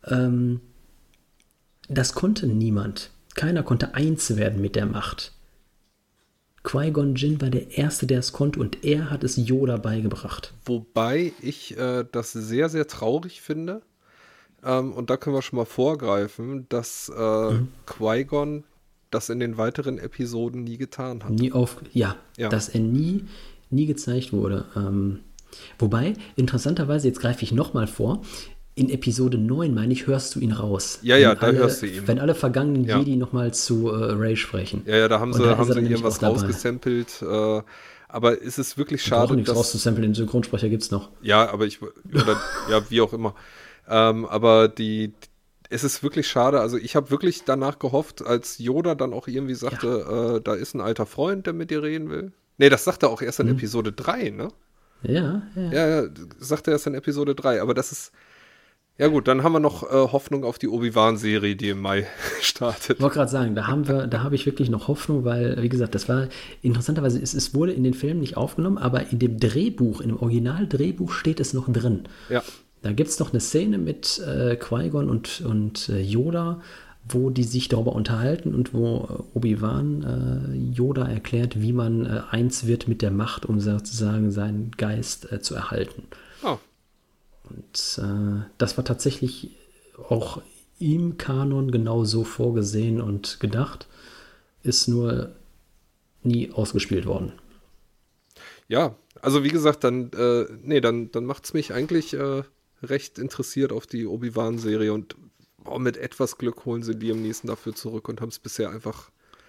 Das konnte niemand. Keiner konnte eins werden mit der Macht. Qui-Gon Jinn war der Erste, der es konnte, und er hat es Yoda beigebracht. Wobei ich das sehr, sehr traurig finde, und da können wir schon mal vorgreifen, dass Qui-Gon das in den weiteren Episoden nie getan hat. Dass er nie gezeigt wurde. Wobei, interessanterweise, jetzt greife ich nochmal vor, in Episode 9, meine ich, hörst du ihn raus. Ja, da hörst du ihn. Wenn alle vergangenen Jedi nochmal zu Rey sprechen. Ja, da haben sie irgendwas rausgesampelt. Aber ist es wirklich schade, dass... nichts rauszusampeln, den Synchronsprecher gibt's noch. Ja, aber wie auch immer. Aber es ist wirklich schade. Also ich habe wirklich danach gehofft, als Yoda dann auch irgendwie sagte, da ist ein alter Freund, der mit dir reden will. Nee, das sagt er auch erst in Episode 3, ne? Ja, sagt er erst in Episode 3. Aber das ist... Ja gut, dann haben wir noch Hoffnung auf die Obi-Wan-Serie, die im Mai startet. Ich wollte gerade sagen, da habe ich wirklich noch Hoffnung, weil, wie gesagt, das war interessanterweise, es wurde in den Filmen nicht aufgenommen, aber in dem Drehbuch, in dem Originaldrehbuch steht es noch drin. Ja. Da gibt es noch eine Szene mit Qui-Gon und Yoda, wo die sich darüber unterhalten und wo Obi-Wan Yoda erklärt, wie man eins wird mit der Macht, um sozusagen seinen Geist zu erhalten. Oh. Und das war tatsächlich auch im Kanon genau so vorgesehen und gedacht, ist nur nie ausgespielt worden. Ja, also wie gesagt, dann macht es mich eigentlich recht interessiert auf die Obi-Wan-Serie und mit etwas Glück holen sie Liam Neeson dafür zurück und haben es bisher einfach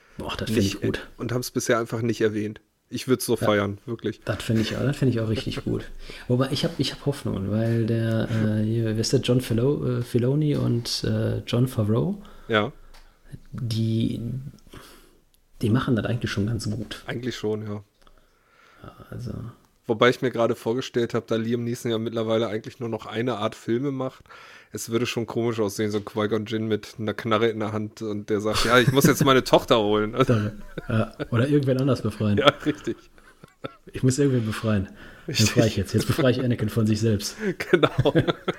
nicht erwähnt. Ich würde es so feiern, wirklich. Das finde ich auch richtig gut. Wobei, ich hab Hoffnungen, weil der, wer ist der, John Filoni und Jon Favreau, die machen das eigentlich schon ganz gut. Eigentlich schon, ja. Also. Wobei ich mir gerade vorgestellt habe, da Liam Neeson ja mittlerweile eigentlich nur noch eine Art Filme macht, es würde schon komisch aussehen, so ein Qui-Gon Jinn mit einer Knarre in der Hand und der sagt, ja, ich muss jetzt meine Tochter holen. Oder irgendwen anders befreien. Ja, richtig. Ich muss irgendwen befreien. Den befreie ich jetzt. Jetzt befreie ich Anakin von sich selbst. Genau.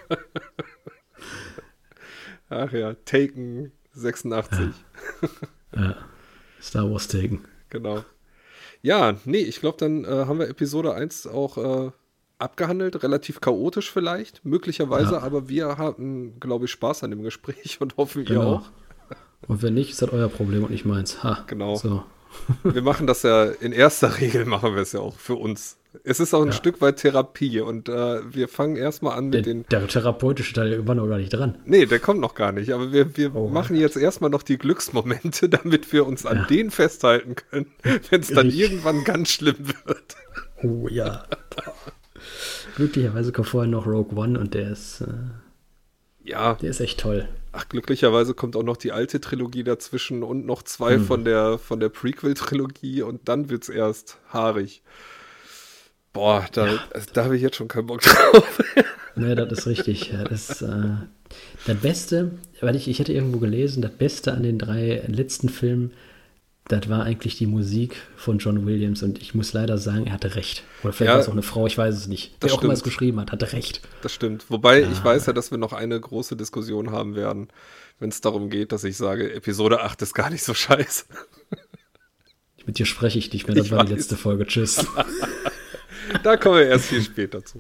Ach ja, Taken 86. Ja. Star Wars Taken. Genau. Ja, nee, ich glaube, dann haben wir Episode 1 auch abgehandelt, relativ chaotisch vielleicht, möglicherweise, aber wir hatten, glaube ich, Spaß an dem Gespräch und hoffen, ihr auch. Und wenn nicht, ist das euer Problem und nicht meins. Genau. So. Wir machen das ja, in erster Regel machen wir es ja auch für uns. Es ist auch ein Stück weit Therapie und wir fangen erstmal an mit der therapeutische Teil war noch gar nicht dran. Nee, der kommt noch gar nicht, aber wir machen jetzt erstmal noch die Glücksmomente, damit wir uns an denen festhalten können, wenn es dann irgendwann ganz schlimm wird. Oh ja. Glücklicherweise kommt vorher noch Rogue One und der ist Ja. Der ist echt toll. Ach, glücklicherweise kommt auch noch die alte Trilogie dazwischen und noch 2 von der Prequel-Trilogie und dann wird's erst haarig. Boah, da habe ich jetzt schon keinen Bock drauf. Ne, das ist richtig. Das Beste, weil ich hätte irgendwo gelesen, das Beste an den 3 letzten Filmen, das war eigentlich die Musik von John Williams und ich muss leider sagen, er hatte recht. Oder vielleicht war es auch eine Frau, ich weiß es nicht. Wer auch immer es geschrieben hat, hatte recht. Das stimmt. Wobei ich weiß ja, dass wir noch eine große Diskussion haben werden, wenn es darum geht, dass ich sage, Episode 8 ist gar nicht so scheiße. Mit dir spreche ich nicht mehr, das war die letzte Folge. Tschüss. Da kommen wir erst viel später zu.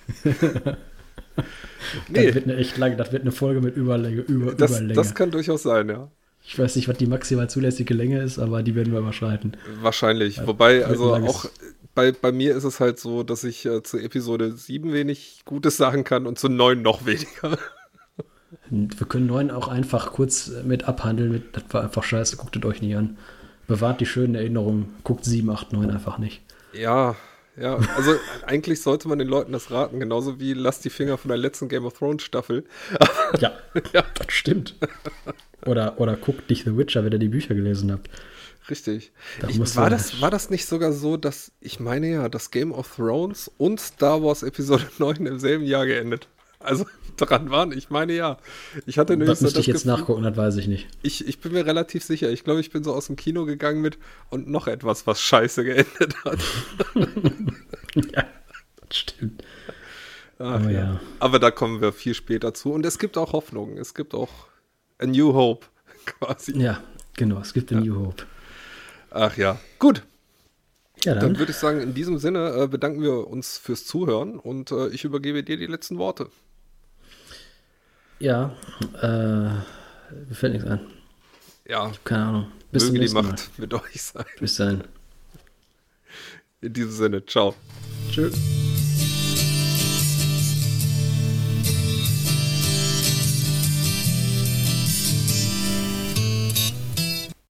Das wird eine echt lange, das wird eine Folge mit Überlänge. Das kann durchaus sein, ja. Ich weiß nicht, was die maximal zulässige Länge ist, aber die werden wir überschreiten. Wahrscheinlich. Wobei, also auch bei mir ist es halt so, dass ich zu Episode 7 wenig Gutes sagen kann und zu 9 noch weniger. Wir können 9 auch einfach kurz mit abhandeln. Das war einfach scheiße, guckt es euch nicht an. Bewahrt die schönen Erinnerungen. Guckt 7, 8, 9 einfach nicht. Ja, also eigentlich sollte man den Leuten das raten, genauso wie lasst die Finger von der letzten Game of Thrones Staffel. Ja, das stimmt. Oder guckt nicht The Witcher, wenn ihr die Bücher gelesen habt. Richtig. War das nicht sogar so, dass, ich meine ja, dass Game of Thrones und Star Wars Episode 9 im selben Jahr geendet? Also dran waren, ich meine ja. Ich hatte das müsste ich jetzt nachgucken, das weiß ich nicht. Ich bin mir relativ sicher. Ich glaube, ich bin so aus dem Kino gegangen mit und noch etwas, was scheiße geendet hat. Ja, das stimmt. Ach, ja. Aber da kommen wir viel später zu. Und es gibt auch Hoffnung. Es gibt auch A New Hope quasi. Ja, genau. Es gibt A New Hope. Ach ja, gut. Ja, dann würde ich sagen, in diesem Sinne bedanken wir uns fürs Zuhören und ich übergebe dir die letzten Worte. Ja, mir fällt nichts ein. Ja. Ich habe keine Ahnung. Bis Möge zum nächsten die Macht Mal. mit euch sein. Bis dann. In diesem Sinne, ciao. Tschüss.